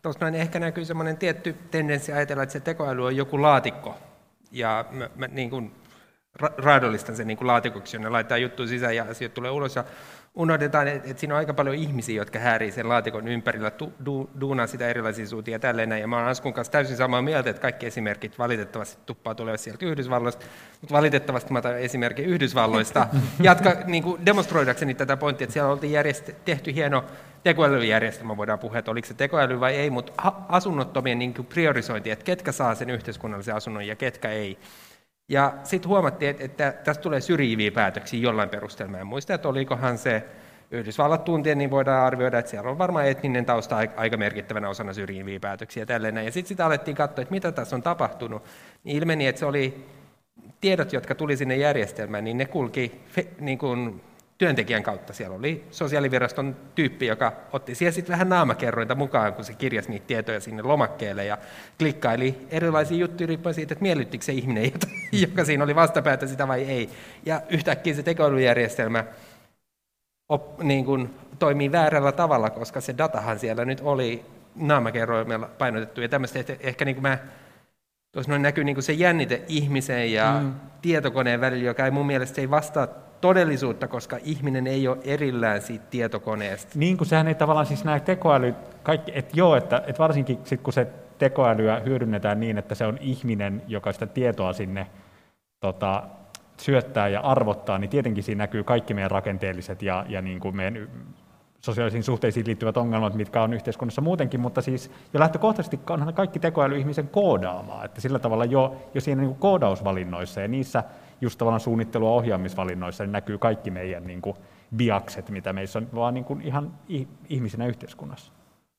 tuossa noin ehkä näkyy semmoinen tietty tendenssi ajatella, että se tekoäly on joku laatikko. Ja mä niin kuin raadollistan sen niin kuin laatikoksi, jonne laittaa juttuja sisään ja asiat tulee ulos. Ja unohdetaan, että siinä on aika paljon ihmisiä, jotka häärii sen laatikon ympärillä, duunaa sitä erilaisia suuntia ja tälleen näin. Ja mä oon Askun kanssa täysin samaa mieltä, että kaikki esimerkit valitettavasti tuppaa tulevat sieltä Yhdysvalloista, mutta valitettavasti mä otan esimerkin Yhdysvalloista, niin kuin demonstroidakseni tätä pointtia, että siellä oltiin tehty hieno tekoälyjärjestelmä, voidaan puhua, että oliko se tekoäly vai ei, mutta asunnottomien niin kuin priorisointi, että ketkä saa sen yhteiskunnallisen asunnon ja ketkä ei. Ja sitten huomattiin, että tästä tulee syrjiviä päätöksiä jollain perusteella. Mä en muista, että olikohan se Yhdysvallat tuntien, niin voidaan arvioida, että siellä on varmaan etninen tausta aika merkittävänä osana syrjiviä päätöksiä. Ja sitten sitä alettiin katsoa, että mitä tässä on tapahtunut. Niin ilmeni, että se oli tiedot, jotka tuli sinne järjestelmään, niin ne kulki niin kuin työntekijän kautta. Siellä oli sosiaaliviraston tyyppi, joka otti siellä sitten vähän naamakerrointa mukaan, kun se kirjasi niitä tietoja sinne lomakkeelle ja klikkaili erilaisia juttuja riippuen siitä, että miellyttikö se ihminen, joka siinä oli vastapäätä sitä vai ei. Ja yhtäkkiä se tekoälyjärjestelmä niin kuin toimii väärällä tavalla, koska se datahan siellä nyt oli naamakerroimella painotettu. Ja tämmöistä, että ehkä niin kuin tuossa noin näkyy niin kuin se jännite ihmisen ja tietokoneen välillä, joka ei mun mielestä ei vastaa todellisuutta, koska ihminen ei ole erillään siitä tietokoneesta. Niin kuin sehän ei tavallaan siis nämä tekoäly, että varsinkin sit, kun se tekoälyä hyödynnetään niin, että se on ihminen, joka sitä tietoa sinne syöttää ja arvottaa, niin tietenkin siinä näkyy kaikki meidän rakenteelliset ja niin kuin meidän sosiaalisiin suhteisiin liittyvät ongelmat, mitkä on yhteiskunnassa muutenkin, mutta siis jo lähtökohtaisesti onhan kaikki tekoäly ihmisen koodaamaa, että sillä tavalla jo siinä niin kuin koodausvalinnoissa ja niissä just tavallaan suunnittelu- ja ohjaamisvalinnoissa niin näkyy kaikki meidän niin kuin biakset, mitä meissä on vaan niin kuin ihan ihmisinä yhteiskunnassa.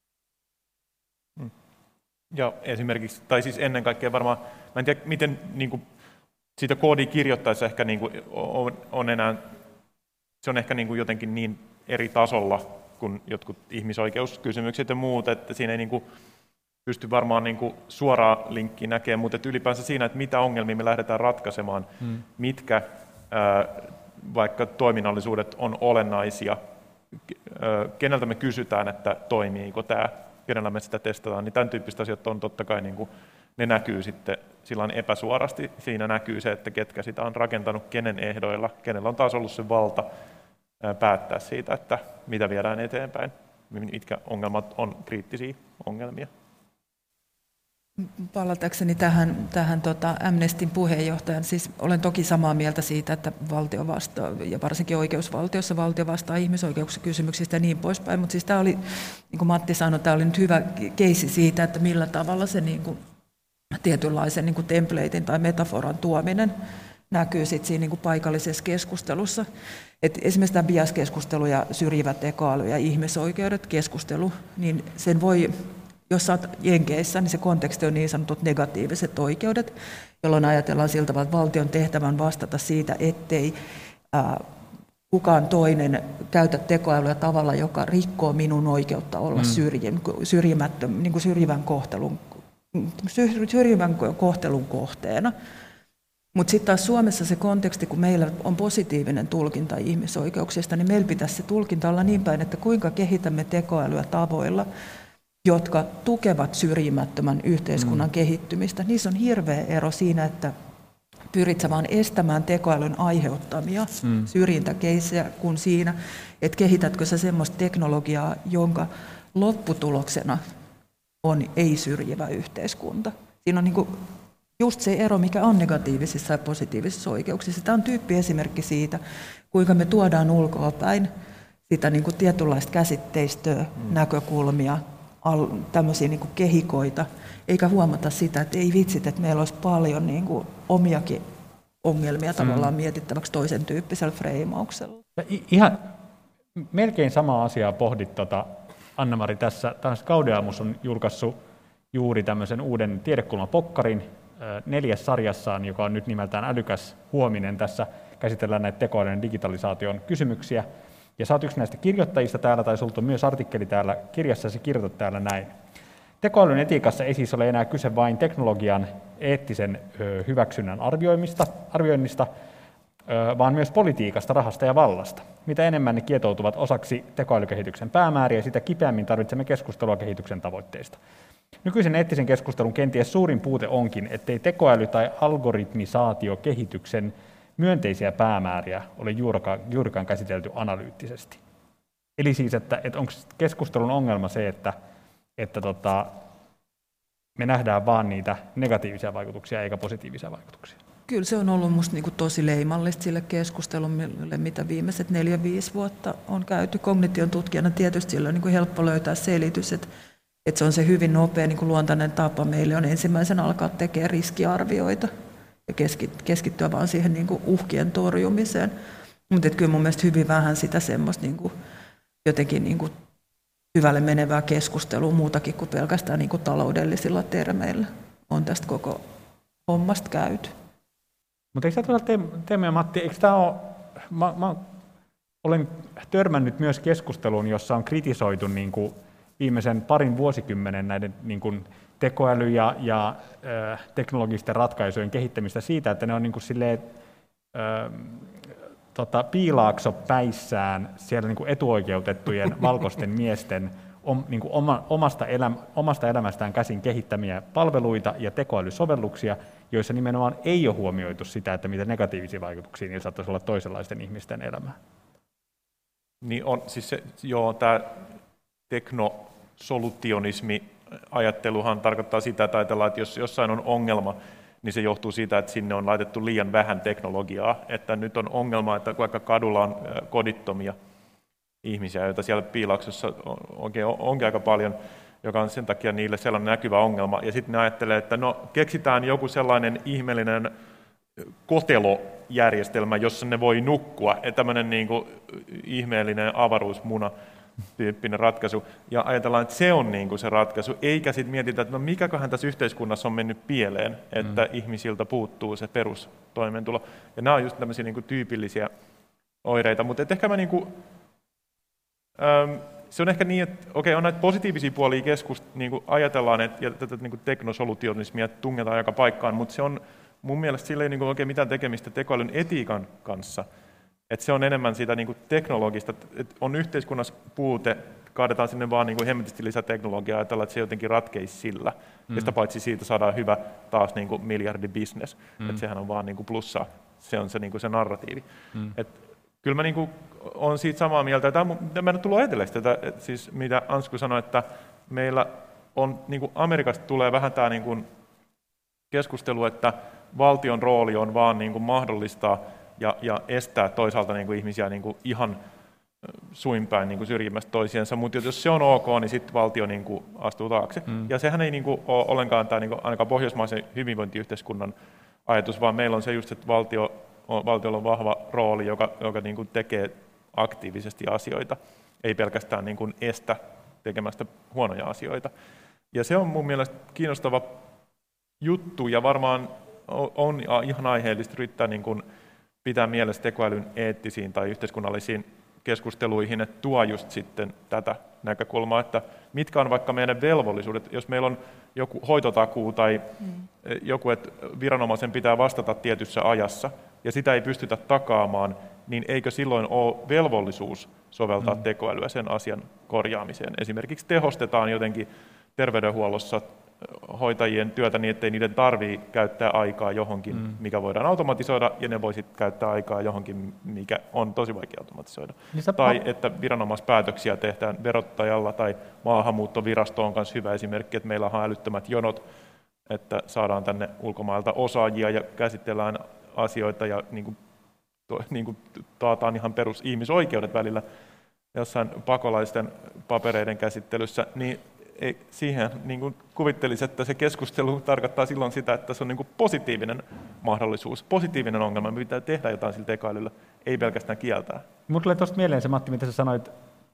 Ja esimerkiksi, tai siis ennen kaikkea varmaan, mä en tiedä miten niin kuin siitä koodia kirjoittaessa ehkä niin kuin on enää, se on ehkä niin kuin jotenkin niin eri tasolla kuin jotkut ihmisoikeuskysymykset ja muut, että siinä ei niin kuin pysty varmaan niin kuin suoraa linkkiä näkemään, mutta ylipäänsä siinä, että mitä ongelmia me lähdetään ratkaisemaan, mitkä vaikka toiminnallisuudet on olennaisia, keneltä me kysytään, että toimiiko tämä, kenellä me sitä testataan, niin tämän tyyppiset asiat on totta kai, niin kuin, ne näkyy sitten silloin epäsuorasti. Siinä näkyy se, että ketkä sitä on rakentanut, kenen ehdoilla, kenellä on taas ollut se valta päättää siitä, että mitä viedään eteenpäin, mitkä ongelmat on kriittisiä ongelmia. Palatakseni tähän Amnestyn puheenjohtajan, siis olen toki samaa mieltä siitä, että valtio vastaa, ja varsinkin oikeusvaltiossa valtio vastaa ihmisoikeuskysymyksistä ja niin poispäin, mutta siis tämä oli, niin kuin Matti sanoi, tämä oli nyt hyvä keissi siitä, että millä tavalla se niin kuin tietynlaisen niin kuin templatein tai metaforan tuominen näkyy sitten siinä niin kuin paikallisessa keskustelussa. Et esimerkiksi tämä biaskeskustelu ja syrjivä tekoäly ja ihmisoikeudet keskustelu, niin sen voi, jos olet Jenkeissä, niin se konteksti on niin sanotut negatiiviset oikeudet, jolloin ajatellaan siltä tavalla, että valtion tehtävän vastata siitä, ettei kukaan toinen käytä tekoälyä tavalla, joka rikkoo minun oikeutta olla syrjimättömän, niin kuin syrjivän kohtelun kohteena. Mutta sitten taas Suomessa se konteksti, kun meillä on positiivinen tulkinta ihmisoikeuksista, niin meillä pitäisi se tulkinta olla niin päin, että kuinka kehitämme tekoälyä tavoilla, jotka tukevat syrjimättömän yhteiskunnan kehittymistä. Niissä on hirveä ero siinä, että pyrit vaan estämään tekoälyn aiheuttamia syrjintäkeissejä kuin siinä, että kehitätkö sä semmoista teknologiaa, jonka lopputuloksena on ei-syrjivä yhteiskunta. Siinä on niinku just se ero, mikä on negatiivisissa ja positiivisissa oikeuksissa. Tämä on tyyppiesimerkki siitä, kuinka me tuodaan ulkoapäin sitä niin kuin tietynlaista käsitteistöä, näkökulmia, tämmöisiä niin kuin kehikoita, eikä huomata sitä, että ei vitsit, että meillä olisi paljon niin kuin omiakin ongelmia tavallaan mietittäväksi toisen tyyppisellä freimauksella. Ihan melkein samaa asiaa pohdit Anna-Mari tässä. Gaudeamus on julkaissut juuri tämmöisen uuden tiedekulmapokkarin 4. sarjassaan, joka on nyt nimeltään Älykäs huominen. Tässä käsitellään näitä tekoälyn digitalisaation kysymyksiä. Ja sä oot yksi näistä kirjoittajista täällä, tai sulta on myös artikkeli täällä kirjassa, ja kirjoitat täällä näin. Tekoälyn etiikassa ei siis ole enää kyse vain teknologian eettisen hyväksynnän arvioinnista, vaan myös politiikasta, rahasta ja vallasta. Mitä enemmän ne kietoutuvat osaksi tekoälykehityksen päämääriä, sitä kipeämmin tarvitsemme keskustelua kehityksen tavoitteista. Nykyisen eettisen keskustelun kenties suurin puute onkin, ettei tekoäly- tai algoritmisaatiokehityksen myönteisiä päämääriä ole juurikaan käsitelty analyyttisesti. Eli siis, että onko keskustelun ongelma se, että me nähdään vaan niitä negatiivisia vaikutuksia eikä positiivisia vaikutuksia? Kyllä se on ollut minusta niin tosi leimallista sille keskustelulle, mitä viimeiset 4-5 vuotta on käyty. Kognition tutkijana tietysti sillä on niin helppo löytää selitys, että se on se hyvin nopea niin luontainen tapa. Meille on ensimmäisen alkaa tekemään riskiarvioita ja keskittyä vaan siihen niin uhkien torjumiseen. Mutta kyllä mun mielestä hyvin vähän sitä semmoista niin jotenkin niin hyvälle menevää keskustelua muutakin kuin pelkästään niin taloudellisilla termeillä on tästä koko hommasta käyty. Mutta eikö tämä Teemu ja Matti, eikö tämä ole, mä olen törmännyt myös keskusteluun, jossa on kritisoitu niin kuin viimeisen parin vuosikymmenen näiden niin kuin tekoäly- ja teknologisten ratkaisujen kehittämistä siitä, että ne on niin kuin silleen, piilaakso päissään siellä niin kuin etuoikeutettujen valkoisten miesten niin kuin omasta elämästään käsin kehittämiä palveluita ja tekoälysovelluksia, joissa nimenomaan ei ole huomioitu sitä, että mitä negatiivisia vaikutuksia niillä saattaisi olla toisenlaisten ihmisten elämään. Niin on, siis tämä teknosolutionismi-ajatteluhan tarkoittaa sitä, että ajatellaan, että jos jossain on ongelma, niin se johtuu siitä, että sinne on laitettu liian vähän teknologiaa. Että nyt on ongelma, että vaikka kadulla on kodittomia ihmisiä, joita siellä piilaaksossa onkin aika paljon, joka on sen takia niille sellainen näkyvä ongelma. Ja sitten ne ajattelee, että no keksitään joku sellainen ihmeellinen kotelojärjestelmä, jossa ne voi nukkua, tämmöinen niin kuin ihmeellinen avaruusmuna tyyppinen ratkaisu, ja ajatellaan, että se on niin kuin se ratkaisu, eikä sitten mietitä, että no mikäköhän tässä yhteiskunnassa on mennyt pieleen, että ihmisiltä puuttuu se perustoimeentulo. Ja nämä on just tämmöisiä niin kuin tyypillisiä oireita, mutta ehkä mä niin kuin, se on ehkä niin, että okei, on näitä positiivisia puolia niin kuin ajatellaan, että ja tätä niin kuin teknosolutionismia tungetaan joka paikkaan, mutta se on mun mielestä sillä ei niin kuin oikein mitään tekemistä tekoälyn etiikan kanssa. Että se on enemmän sitä niin kuin teknologista, että on yhteiskunnassa puute, kaadetaan sinne vaan niin kuin hemmetisti lisää teknologiaa, ajatellaan, että se jotenkin ratkeisi sillä. Ja sitä paitsi siitä saadaan hyvä taas niin kuin miljardibisnes, että sehän on vaan niin kuin plussaa, se on se, niin kuin se narratiivi. Kyllä mä niin kuin olen siitä samaa mieltä, että mä en tullut ajatelleeksi tätä, siis mitä Ansku sanoi, että meillä on, niin kuin Amerikasta tulee vähän tämä niin kuin keskustelu, että valtion rooli on vaan niin kuin mahdollistaa ja estää toisaalta niin kuin ihmisiä niin kuin ihan suinpäin niin kuin syrjimästä toisiensa, mutta jos se on ok, niin sitten valtio niin kuin astuu taakse. Ja sehän ei niin kuin ole ollenkaan tämä niin kuin ainakaan pohjoismaisen hyvinvointiyhteiskunnan ajatus, vaan meillä on se just, että valtiolla on vahva rooli, joka niin kuin tekee aktiivisesti asioita, ei pelkästään niin kuin estä tekemästä huonoja asioita. Ja se on mun mielestä kiinnostava juttu, ja varmaan on ihan aiheellista yrittää niin kuin pitää mielessä tekoälyn eettisiin tai yhteiskunnallisiin keskusteluihin, että tuo just sitten tätä näkökulmaa, että mitkä on vaikka meidän velvollisuudet, jos meillä on joku hoitotakuu tai joku, että viranomaisen pitää vastata tietyssä ajassa, ja sitä ei pystytä takaamaan, niin eikö silloin ole velvollisuus soveltaa tekoälyä sen asian korjaamiseen? Esimerkiksi tehostetaan jotenkin terveydenhuollossa hoitajien työtä niin, ettei niiden tarvitse käyttää aikaa johonkin, mikä voidaan automatisoida, ja ne voisit käyttää aikaa johonkin, mikä on tosi vaikea automatisoida. Tai että viranomaispäätöksiä tehdään verottajalla, tai maahanmuuttovirasto on myös hyvä esimerkki, että meillä on älyttömät jonot, että saadaan tänne ulkomailta osaajia ja käsitellään asioita ja niin kuin taataan ihan perusihmisoikeudet välillä jossain pakolaisten papereiden käsittelyssä, niin siihen niin kuin kuvittelisi, että se keskustelu tarkoittaa silloin sitä, että se on niin kuin positiivinen mahdollisuus, positiivinen ongelma, me pitää tehdä jotain sillä tekoälyllä, ei pelkästään kieltää. Minulle tulee tuosta mieleen se, Matti, mitä sä sanoit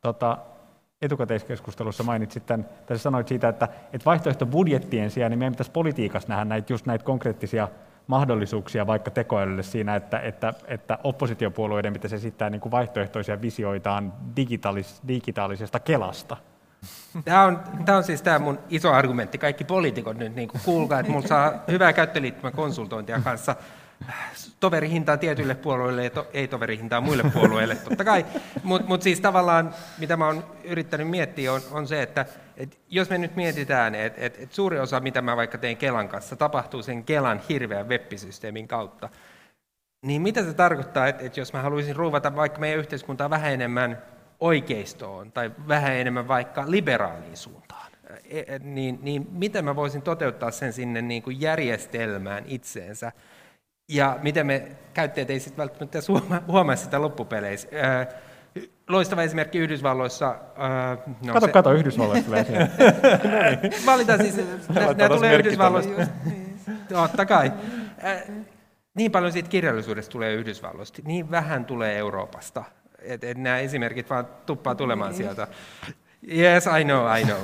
etukäteiskeskustelussa, mainitsit tämän, tai sä sanoit siitä, että vaihtoehtobudjettien sijaan niin meidän pitäisi politiikassa nähdä näitä konkreettisia mahdollisuuksia vaikka tekoälylle siinä, että oppositiopuolueiden pitäisi esittää niin kuin vaihtoehtoisia visioitaan digitaalisesta Kelasta. Tämä on siis tämä mun iso argumentti. Kaikki poliitikot nyt niin kuin kuulkaa, että mulla saa hyvää käyttöliittymäkonsultointia kanssa toverihintaa tietyille puolueille ja ei toverihintaa muille puolueille, totta kai. Mutta siis tavallaan, mitä mä oon yrittänyt miettiä, on se, että jos me nyt mietitään, että suuri osa, mitä mä vaikka teen Kelan kanssa, tapahtuu sen Kelan hirveän web-systeemin kautta, niin mitä se tarkoittaa, että jos mä haluaisin ruuvata vaikka meidän yhteiskuntaa vähän enemmän oikeistoon tai vähän enemmän vaikka liberaaliin suuntaan, niin miten mä voisin toteuttaa sen sinne niin kuin järjestelmään itseensä, ja miten me käyttäjät ei sitten välttämättä huomaa sitä loppupeleissä. Loistava esimerkki Yhdysvalloissa. Kato Yhdysvalloista vielä. Valitaan siis, nämä tulee Yhdysvalloista. Totta kai. Niin paljon siitä kirjallisuudesta tulee Yhdysvalloista, niin vähän tulee Euroopasta. Nämä esimerkit vaan tuppaa tulemaan sieltä. Yes, I know.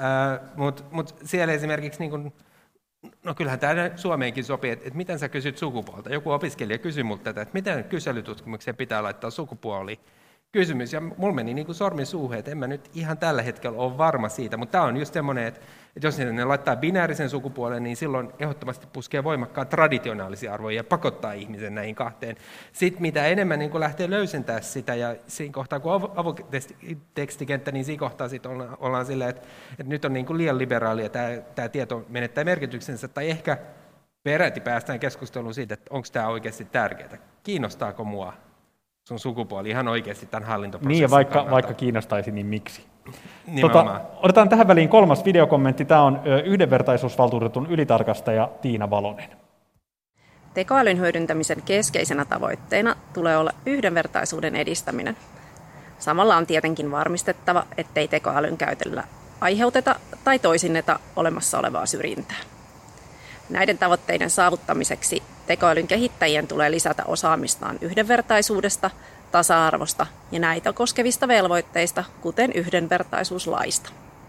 Mut siellä esimerkiksi, niin kun, no kyllähän tämä Suomeenkin sopii, että miten sä kysyt sukupuolta. Joku opiskelija kysyi multa tätä, että miten kyselytutkimukseen pitää laittaa sukupuoli. Kysymys, ja mulla meni niin kuin sormi suuhun, että en mä nyt ihan tällä hetkellä ole varma siitä, mutta tämä on just semmoinen, että jos ne laittaa binäärisen sukupuolen, niin silloin ehdottomasti puskee voimakkaat traditionaalisia arvoja ja pakottaa ihmisen näihin kahteen. Sitten mitä enemmän niin lähtee löysentää sitä, ja siinä kohtaa kun avotekstikenttä, niin siinä kohtaa sitten ollaan silleen, että nyt on niin kuin liian liberaalia, tämä tieto menettää merkityksensä, tai ehkä peräti päästään keskusteluun siitä, että onko tämä oikeasti tärkeää, kiinnostaako mua sun sukupuoli ihan oikeasti tämän hallintoprosessin Niin, ja vaikka kiinnostaisi, niin miksi? Otetaan tähän väliin 3. videokommentti. Tämä on yhdenvertaisuusvaltuutetun ylitarkastaja Tiina Valonen. Tekoälyn hyödyntämisen keskeisenä tavoitteena tulee olla yhdenvertaisuuden edistäminen. Samalla on tietenkin varmistettava, ettei tekoälyn käytöllä aiheuteta tai toisinneta olemassa olevaa syrjintää. Näiden tavoitteiden saavuttamiseksi tekoälyn kehittäjien tulee lisätä osaamistaan yhdenvertaisuudesta, tasa-arvosta ja näitä koskevista velvoitteista, kuten yhdenvertaisuuslaista.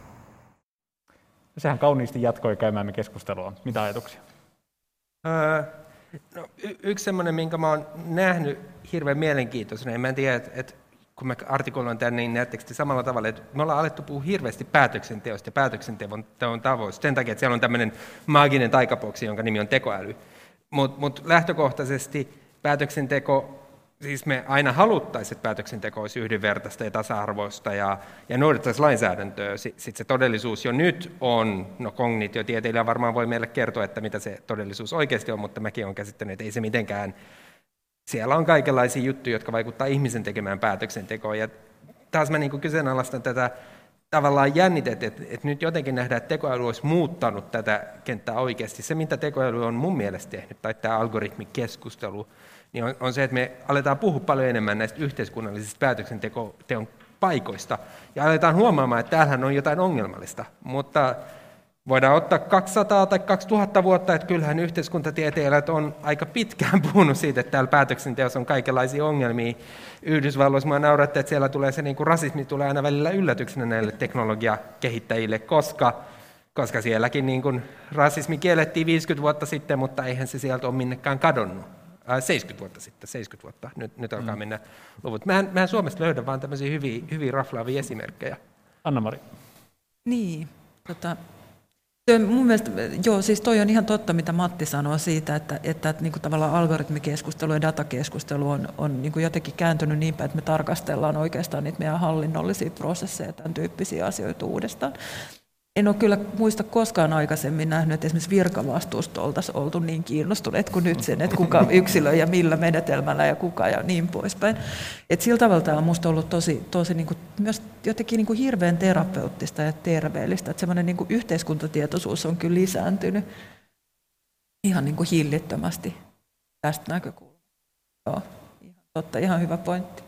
Sehän kauniisti jatkoi käymäämme keskustelua. Mitä ajatuksia? Yksi semmoinen, minkä mä oon nähnyt hirveän mielenkiintoisena, en tiedä, että kun mä artikuloin tämän, niin näettekö samalla tavalla, että me ollaan alettu puhua hirveästi päätöksenteosta ja päätöksenteon tavoista, sen takia, että siellä on tämmöinen maaginen taikaboksi, jonka nimi on tekoäly. Mutta lähtökohtaisesti päätöksenteko, siis me aina haluttaisiin, että päätöksenteko olisi yhdenvertaista ja tasa-arvoista ja noudattaisi lainsäädäntöä. Sitten se todellisuus jo nyt on, no kognitiotieteilijä varmaan voi meille kertoa, että mitä se todellisuus oikeasti on, mutta mäkin olen käsittänyt, että ei se mitenkään. Siellä on kaikenlaisia juttuja, jotka vaikuttavat ihmisen tekemään päätöksentekoon. Ja taas mä niin kyseenalaistan tätä tavallaan jännitettä, että nyt jotenkin nähdään, että tekoäly olisi muuttanut tätä kenttää oikeasti. Se, mitä tekoäly on mun mielestä tehnyt, tai tämä algoritmikeskustelu, niin on se, että me aletaan puhua paljon enemmän näistä yhteiskunnallisista päätöksenteon paikoista, ja aletaan huomaamaan, että täällähän on jotain ongelmallista, mutta voidaan ottaa 200 tai 2000 vuotta, että kyllähän yhteiskuntatieteilijät on aika pitkään puhunut siitä, että täällä päätöksenteossa on kaikenlaisia ongelmia. Yhdysvalloissa mä naurattaa, että siellä tulee se niin kuin rasismi tulee aina välillä yllätyksenä näille teknologiakehittäjille, koska sielläkin niin kuin rasismi kiellettiin 50 vuotta sitten, mutta eihän se sieltä ole minnekään kadonnut. 70 vuotta sitten, 70 vuotta, nyt alkaa mennä luvut. Mä en Suomesta löydä vaan tämmöisiä hyviä raflaavia esimerkkejä. Anna-Mari. Niin, mun mielestä, joo, siis toi on ihan totta, mitä Matti sanoo siitä, että niin kuin tavallaan algoritmikeskustelu ja datakeskustelu on niin kuin jotenkin kääntynyt niin päin, että me tarkastellaan oikeastaan niitä meidän hallinnollisia prosesseja ja tämän tyyppisiä asioita uudestaan. En ole kyllä muista koskaan aikaisemmin nähnyt, että esimerkiksi virkavastuusta oltaisiin oltu niin kiinnostuneet kuin nyt sen, että kuka yksilö ja millä menetelmällä ja kuka ja niin poispäin. Et sillä tavalla tämä on minusta ollut tosi niin kuin, myös jotenkin niin kuin hirveän terapeuttista ja terveellistä, että semmoinen niin kuin yhteiskuntatietoisuus on kyllä lisääntynyt ihan niin kuin hillittömästi tästä näkökulmasta. Joo, ihan totta, ihan hyvä pointti.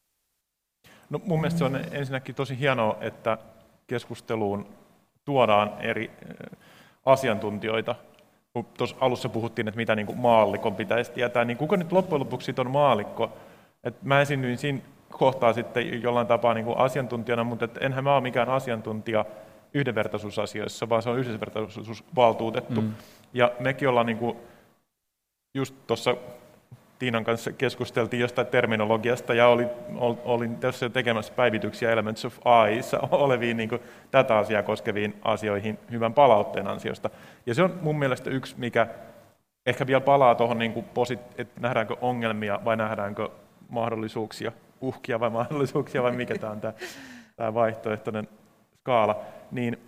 No, mun mielestä se on ensinnäkin tosi hienoa, että keskusteluun tuodaan eri asiantuntijoita. Kun tuossa alussa puhuttiin, että mitä niin kuin maallikon pitäisi tietää, niin kuka nyt loppujen lopuksi on maallikko? Et mä esiinnyin siinä kohtaa sitten jollain tapaa niin kuin asiantuntijana, mutta enhän mä ole mikään asiantuntija yhdenvertaisuusasioissa, vaan se on yhdenvertaisuusvaltuutettu. Ja mekin ollaan niin kuin just tuossa Tiinan kanssa keskusteltiin jostain terminologiasta ja olin tässä tekemässä päivityksiä Elements of AI:ssa oleviin niin kuin tätä asiaa koskeviin asioihin hyvän palautteen ansiosta. Ja se on mun mielestä yksi, mikä ehkä vielä palaa tuohon, niin että nähdäänkö ongelmia vai nähdäänkö mahdollisuuksia, uhkia vai mahdollisuuksia vai mikä tämä on tämä vaihtoehtoinen skaala, niin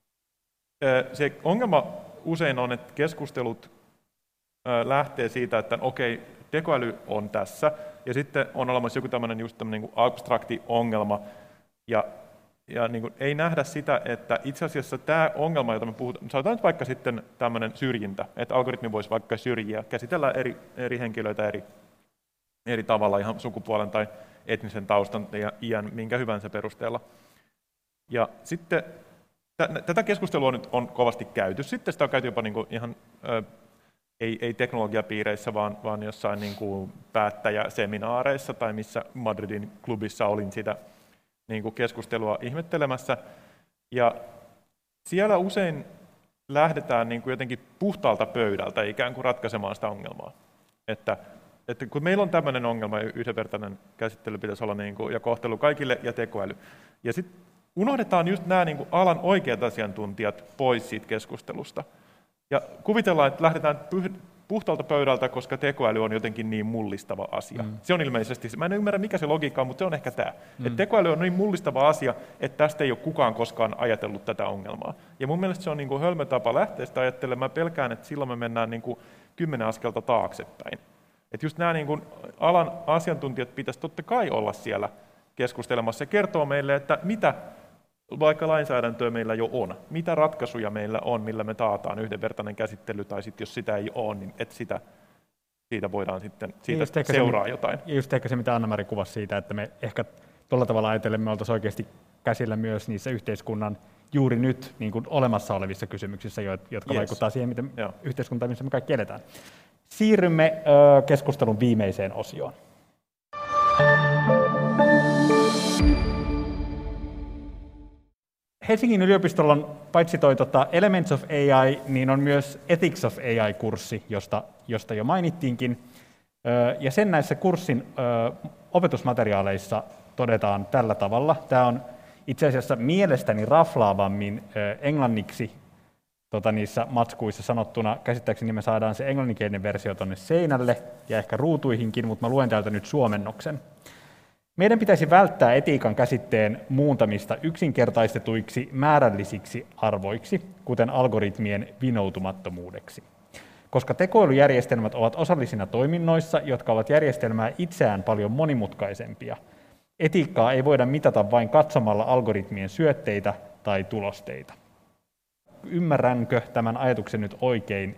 se ongelma usein on, että keskustelut lähtee siitä, että okei, tekoäly on tässä, ja sitten on olemassa joku tämmöinen just tämmöinen niin kuin abstrakti ongelma, ja niin kuin ei nähdä sitä, että itse asiassa tämä ongelma, jota me puhutaan, sanotaan nyt vaikka sitten tämmöinen syrjintä, että algoritmi voisi vaikka syrjiä, käsitellä eri henkilöitä eri tavalla ihan sukupuolen tai etnisen taustan ja iän, minkä hyvänsä perusteella. Ja sitten tätä keskustelua nyt on kovasti käyty. Sitten sitä on käyty jopa niin kuin ihan ei teknologiapiireissä, vaan jossain niin kuin päättäjäseminaareissa tai missä Madridin klubissa olin sitä niin kuin keskustelua ihmettelemässä. Ja siellä usein lähdetään niin kuin jotenkin puhtaalta pöydältä ikään kuin ratkaisemaan sitä ongelmaa. Että kun meillä on tämmöinen ongelma, yhdenvertainen käsittely pitäisi olla niin kuin, ja kohtelu kaikille ja tekoäly. Ja sitten unohdetaan just nämä niin kuin alan oikeat asiantuntijat pois siitä keskustelusta. Ja kuvitellaan, että lähdetään puhtaalta pöydältä, koska tekoäly on jotenkin niin mullistava asia. Se on ilmeisesti, mä en ymmärrä mikä se logiikka on, mutta se on ehkä tämä. Että tekoäly on niin mullistava asia, että tästä ei ole kukaan koskaan ajatellut tätä ongelmaa. Ja mun mielestä se on niin kuin hölmö tapa lähteä sitä ajattelemaan. Mä pelkään, että silloin me mennään niin kuin 10 askelta taaksepäin. Että just nämä niin kuin alan asiantuntijat pitäisi totta kai olla siellä keskustelemassa ja kertoo meille, että mitä vaikka lainsäädäntöä meillä jo on, mitä ratkaisuja meillä on, millä me taataan yhdenvertainen käsittely, tai sitten jos sitä ei ole, niin että siitä voidaan sitten seuraa jotain. Ja just ehkä se, mitä Anna-Mari kuvasi siitä, että me ehkä tuolla tavalla ajatellen me oltaisiin oikeasti käsillä myös niissä yhteiskunnan juuri nyt niin kuin olemassa olevissa kysymyksissä, jotka vaikuttaa siihen, miten yhteiskuntaa, missä me kaikki eletään. Siirrymme keskustelun viimeiseen osioon. Helsingin yliopistolla on paitsi toi Elements of AI, niin on myös Ethics of AI-kurssi, josta jo mainittiinkin. Ja sen näissä kurssin opetusmateriaaleissa todetaan tällä tavalla. Tämä on itse asiassa mielestäni raflaavammin englanniksi niissä matskuissa sanottuna. Käsittääkseni me saadaan se englanninkielinen versio tuonne seinälle ja ehkä ruutuihinkin, mutta mä luen täältä nyt suomennoksen. Meidän pitäisi välttää etiikan käsitteen muuntamista yksinkertaistetuiksi määrällisiksi arvoiksi, kuten algoritmien vinoutumattomuudeksi. Koska tekoälyjärjestelmät ovat osallisina toiminnoissa, jotka ovat järjestelmää itseään paljon monimutkaisempia, etiikkaa ei voida mitata vain katsomalla algoritmien syötteitä tai tulosteita. Ymmärränkö tämän ajatuksen nyt oikein,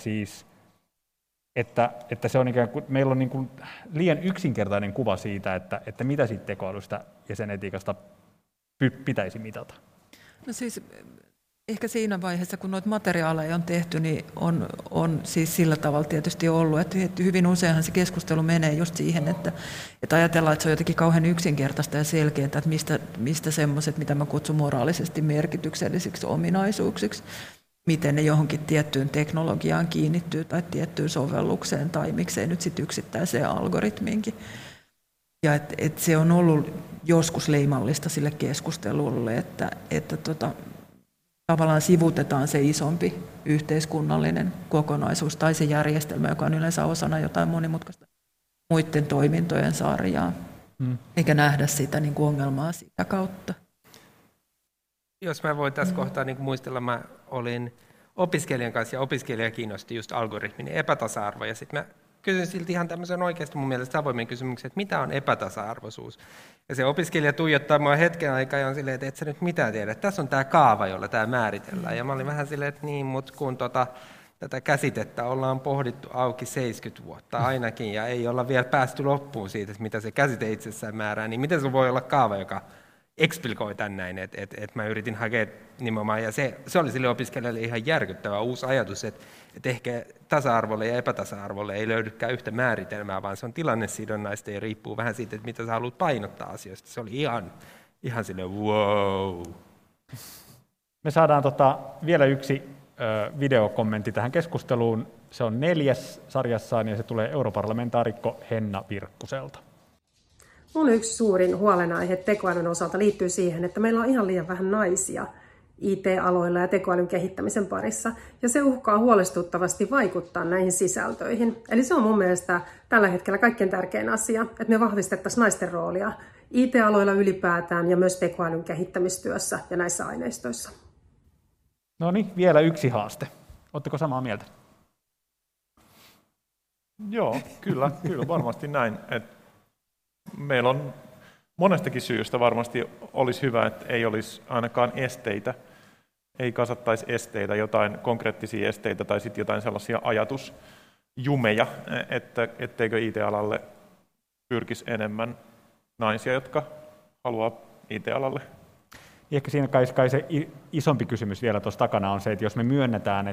että se on ikään kuin, meillä on niin kuin liian yksinkertainen kuva siitä, että mitä siitä tekoälystä ja sen etiikasta pitäisi mitata? No siis ehkä siinä vaiheessa, kun noita materiaaleja on tehty, niin on siis sillä tavalla tietysti ollut, että hyvin useinhan se keskustelu menee just siihen, että ajatellaan, että se on jotenkin kauhean yksinkertaista ja selkeää, että mistä semmoiset, mitä mä kutsun moraalisesti merkityksellisiksi ominaisuuksiksi, miten ne johonkin tiettyyn teknologiaan kiinnittyy tai tiettyyn sovellukseen tai miksei nyt sitten yksittäiseen algoritmiinkin. Ja et se on ollut joskus leimallista sille keskustelulle, että tavallaan sivutetaan se isompi yhteiskunnallinen kokonaisuus tai se järjestelmä, joka on yleensä osana jotain monimutkaista muiden toimintojen sarjaa, eikä nähdä sitä niin kuin ongelmaa sitä kautta. Jos mä voin tässä kohtaa niin muistella, mä olin opiskelijan kanssa ja opiskelija kiinnosti just algoritmin epätasa-arvo. Ja sitten mä kysyin silti ihan tämmöisen oikeasti mun mielestä avoimen kysymyksen, että mitä on epätasa-arvoisuus. Ja se opiskelija tuijottaa mua hetken aikaa ja on silleen, että et sä nyt mitään tiedä. Tässä on tämä kaava, jolla tämä määritellään. Ja mä olin vähän silleen, että niin, mutta kun tätä käsitettä ollaan pohdittu auki 70 vuotta ainakin ja ei olla vielä päästy loppuun siitä, että mitä se käsite itsessään määrää, niin miten se voi olla kaava, joka eksplikoi tän näin, että mä yritin hakea nimenomaan, ja se oli sille opiskelijalle ihan järkyttävä uusi ajatus, että ehkä tasa-arvolle ja epätasa-arvolle ei löydykään yhtä määritelmää, vaan se on tilannesidonnaista ja riippuu vähän siitä, että mitä sä haluat painottaa asioista. Se oli ihan silleen wow. Me saadaan vielä yksi videokommentti tähän keskusteluun. Se on 4. sarjassaan ja se tulee europarlamentaarikko Henna Virkkuselta. Mun yksi suurin huolenaihe tekoälyn osalta liittyy siihen, että meillä on ihan liian vähän naisia IT-aloilla ja tekoälyn kehittämisen parissa, ja se uhkaa huolestuttavasti vaikuttaa näihin sisältöihin. Eli se on mun mielestä tällä hetkellä kaikkein tärkein asia, että me vahvistettaisiin naisten roolia IT-aloilla ylipäätään ja myös tekoälyn kehittämistyössä ja näissä aineistoissa. No niin, vielä yksi haaste. Oletteko samaa mieltä? Joo, kyllä varmasti näin. Meillä on monestakin syystä varmasti olisi hyvä, että ei olisi ainakaan esteitä, ei kasattaisi esteitä, jotain konkreettisia esteitä tai sitten jotain sellaisia ajatusjumeja, etteikö IT-alalle pyrkisi enemmän naisia, jotka haluaa IT-alalle. Ehkä siinä kai se isompi kysymys vielä tuossa takana on se, että jos me myönnetään,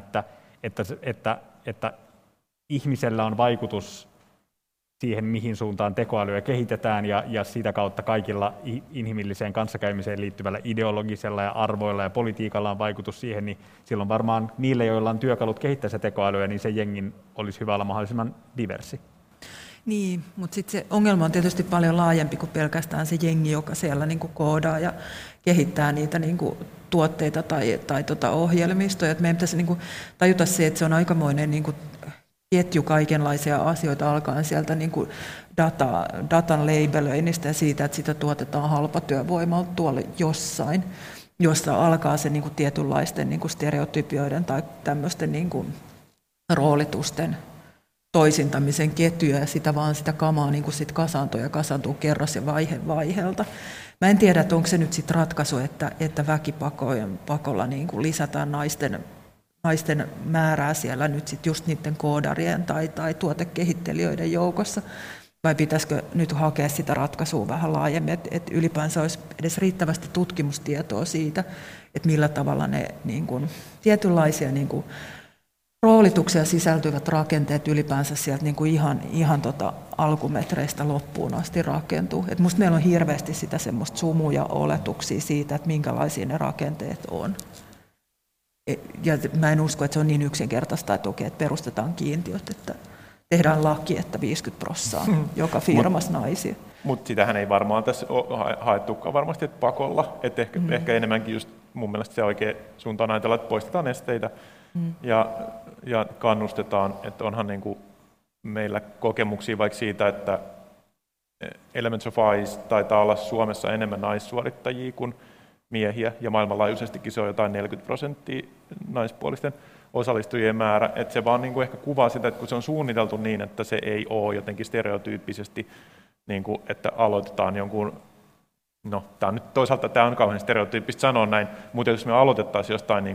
että ihmisellä on vaikutus siihen, mihin suuntaan tekoälyä kehitetään ja sitä kautta kaikilla inhimilliseen kanssakäymiseen liittyvällä ideologisella ja arvoilla ja politiikalla on vaikutus siihen, niin silloin varmaan niille, joilla on työkalut kehittää se tekoälyä, niin se jengin olisi hyvä olla mahdollisimman diversi. Niin, mutta sitten se ongelma on tietysti paljon laajempi kuin pelkästään se jengi, joka siellä niinku koodaa ja kehittää niitä niinku tuotteita tai ohjelmistoja. Et meidän pitäisi niinku tajuta se, että se on aikamoinen niinku ketju kaikenlaisia asioita alkaen sieltä niinku datan labelöinnistä ja siitä, että sitä tuotetaan halpatyövoimalla tuolla jossain, jossa alkaa se niinku tietynlaisten niinku stereotypioiden tai tämmöisten niinku roolitusten toisintamisen ketjuja ja sitä kamaa niin kuin sit kasaantuu kerros ja vaiheelta. Mä en tiedä, että onko se nyt sit ratkaisu, että väkipakolla niin kuin lisätään naisten määrää siellä nyt sit just niiden koodarien tai tuotekehittelijöiden joukossa, vai pitäisikö nyt hakea sitä ratkaisua vähän laajemmin, että ylipäänsä olisi edes riittävästi tutkimustietoa siitä, että millä tavalla ne niin kuin tietynlaisia niin kuin roolituksia sisältyvät rakenteet ylipäänsä sieltä niin kuin ihan alkumetreistä loppuun asti rakentuu. Et musta meillä on hirveästi sitä semmoista sumuja oletuksia siitä, että minkälaisia ne rakenteet on. Ja mä en usko, että se on niin yksinkertaista, että okei, että perustetaan kiintiöt, että tehdään laki, että 50% joka firmassa naisia. Mutta sitähän ei varmaan tässä ole haettukaan varmasti että pakolla. Että ehkä enemmänkin just mun mielestä se oikea suuntaan ajatella, että poistetaan esteitä. Ja kannustetaan, että onhan niin kuin meillä kokemuksia vaikka siitä, että Elements of Ice taitaa olla Suomessa enemmän naissuorittajia kuin miehiä, ja maailmanlaajuisestikin se on jotain 40% naispuolisten osallistujien määrä, että se vaan niin kuin ehkä kuvaa sitä, että kun se on suunniteltu niin, että se ei ole jotenkin stereotyyppisesti, niin kuin, että aloitetaan jonkun, no tämä on nyt toisaalta tämä on kauhean stereotyyppistä sanoa näin, mutta jos me aloitettaisiin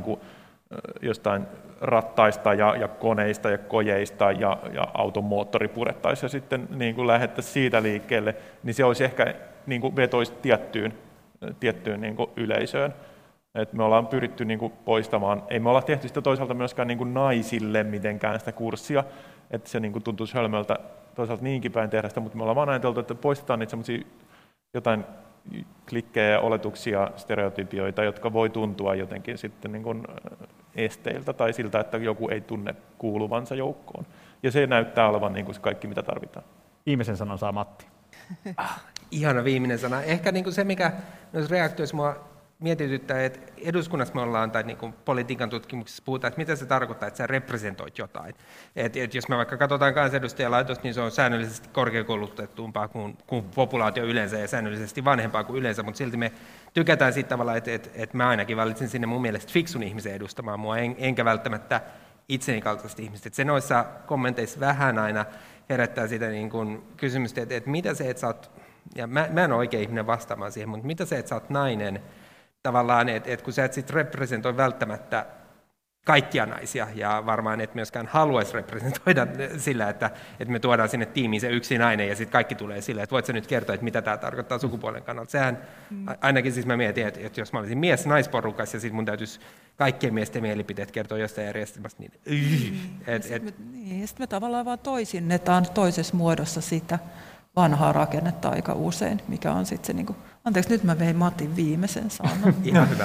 jostain rattaista ja koneista ja kojeista ja auton moottori purettaisiin ja sitten niin kuin lähdettäisiin siitä liikkeelle, niin se olisi ehkä niin kuin vetoisi tiettyyn niin kuin yleisöön. Et me ollaan pyritty niin kuin poistamaan, ei me olla tehty sitä toisaalta myöskään niin kuin naisille mitenkään sitä kurssia, että se niin kuin tuntuisi hölmöltä toisaalta niinkin päin tehdä sitä, mutta me ollaan vaan ajateltu, että poistetaan niitä semmoisia jotain klikkejä, oletuksia, stereotypioita, jotka voi tuntua jotenkin sitten niin kuin esteiltä tai siltä, että joku ei tunne kuuluvansa joukkoon. Ja se näyttää olevan niin kuin se kaikki, mitä tarvitaan. Viimeisen sanan saa Matti. Ihana viimeinen sana. Ehkä niin kuin se, mikä noissa reaktioissa mua mietityttää, että eduskunnassa me ollaan, tai niin kuin politiikan tutkimuksessa puhutaan, että mitä se tarkoittaa, että sä representoit jotain. Et jos me vaikka katsotaan kansanedustajalaitosta, niin se on säännöllisesti korkeakoulutettumpaa kuin populaatio yleensä ja säännöllisesti vanhempaa kuin yleensä, mutta silti me tykätään siitä tavalla, että mä ainakin valitsin sinne mun mielestä fiksun ihmisen edustamaan mua, enkä välttämättä itseni kaltaista ihmistä. Et se noissa kommenteissa vähän aina herättää sitä niin kuin kysymystä, että mitä se, että sä oot, ja mä en ole oikea ihminen vastaamaan siihen, mutta mitä se, että sä oot nainen, tavallaan, että kun sä et sit representoi välttämättä kaikkia naisia, ja varmaan et myöskään haluaisi representoida sillä, että me tuodaan sinne tiimiin se yksi nainen, ja sitten kaikki tulee silleen, että voit sä nyt kertoa, että mitä tämä tarkoittaa sukupuolen kannalta. Sehän, ainakin siis mä mietin, että jos mä olisin mies-naisporukas, ja sitten mun täytyisi kaikkien miesten mielipiteet kertoa jostain järjestelmästä, niin... Sitten me tavallaan vaan toisinnetaan toisessa muodossa sitä vanhaa rakennetta aika usein, mikä on sitten se niin kuin... Anteeksi, nyt mä vein Matin viimeisen sanan. Ihan hyvä.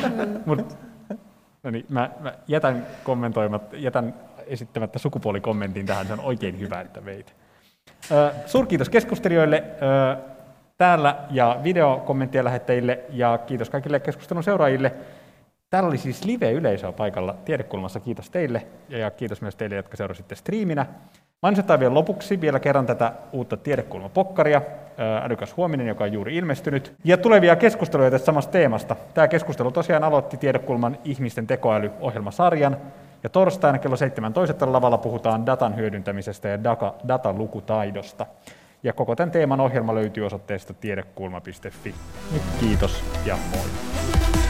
No niin, mä jätän esittämättä sukupuolikommentin tähän, se on oikein hyvä, että veit. Suurkiitos keskustelijoille täällä ja videokommenttien lähettäjille ja kiitos kaikille keskustelun seuraajille. Täällä oli siis live-yleisöä paikalla Tiedekulmassa. Kiitos teille ja kiitos myös teille, jotka seurasitte striiminä. Mainostetaan vielä lopuksi vielä kerran tätä uutta Tiedekulma-pokkaria, Älykäs huominen, joka on juuri ilmestynyt. Ja tulevia keskusteluja tästä samasta teemasta. Tämä keskustelu tosiaan aloitti Tiedekulman ihmisten tekoäly-ohjelmasarjan. Ja torstaina kello 17 lavalla puhutaan datan hyödyntämisestä ja datalukutaidosta. Ja koko tämän teeman ohjelma löytyy osoitteesta tiedekulma.fi. Nyt kiitos ja moi!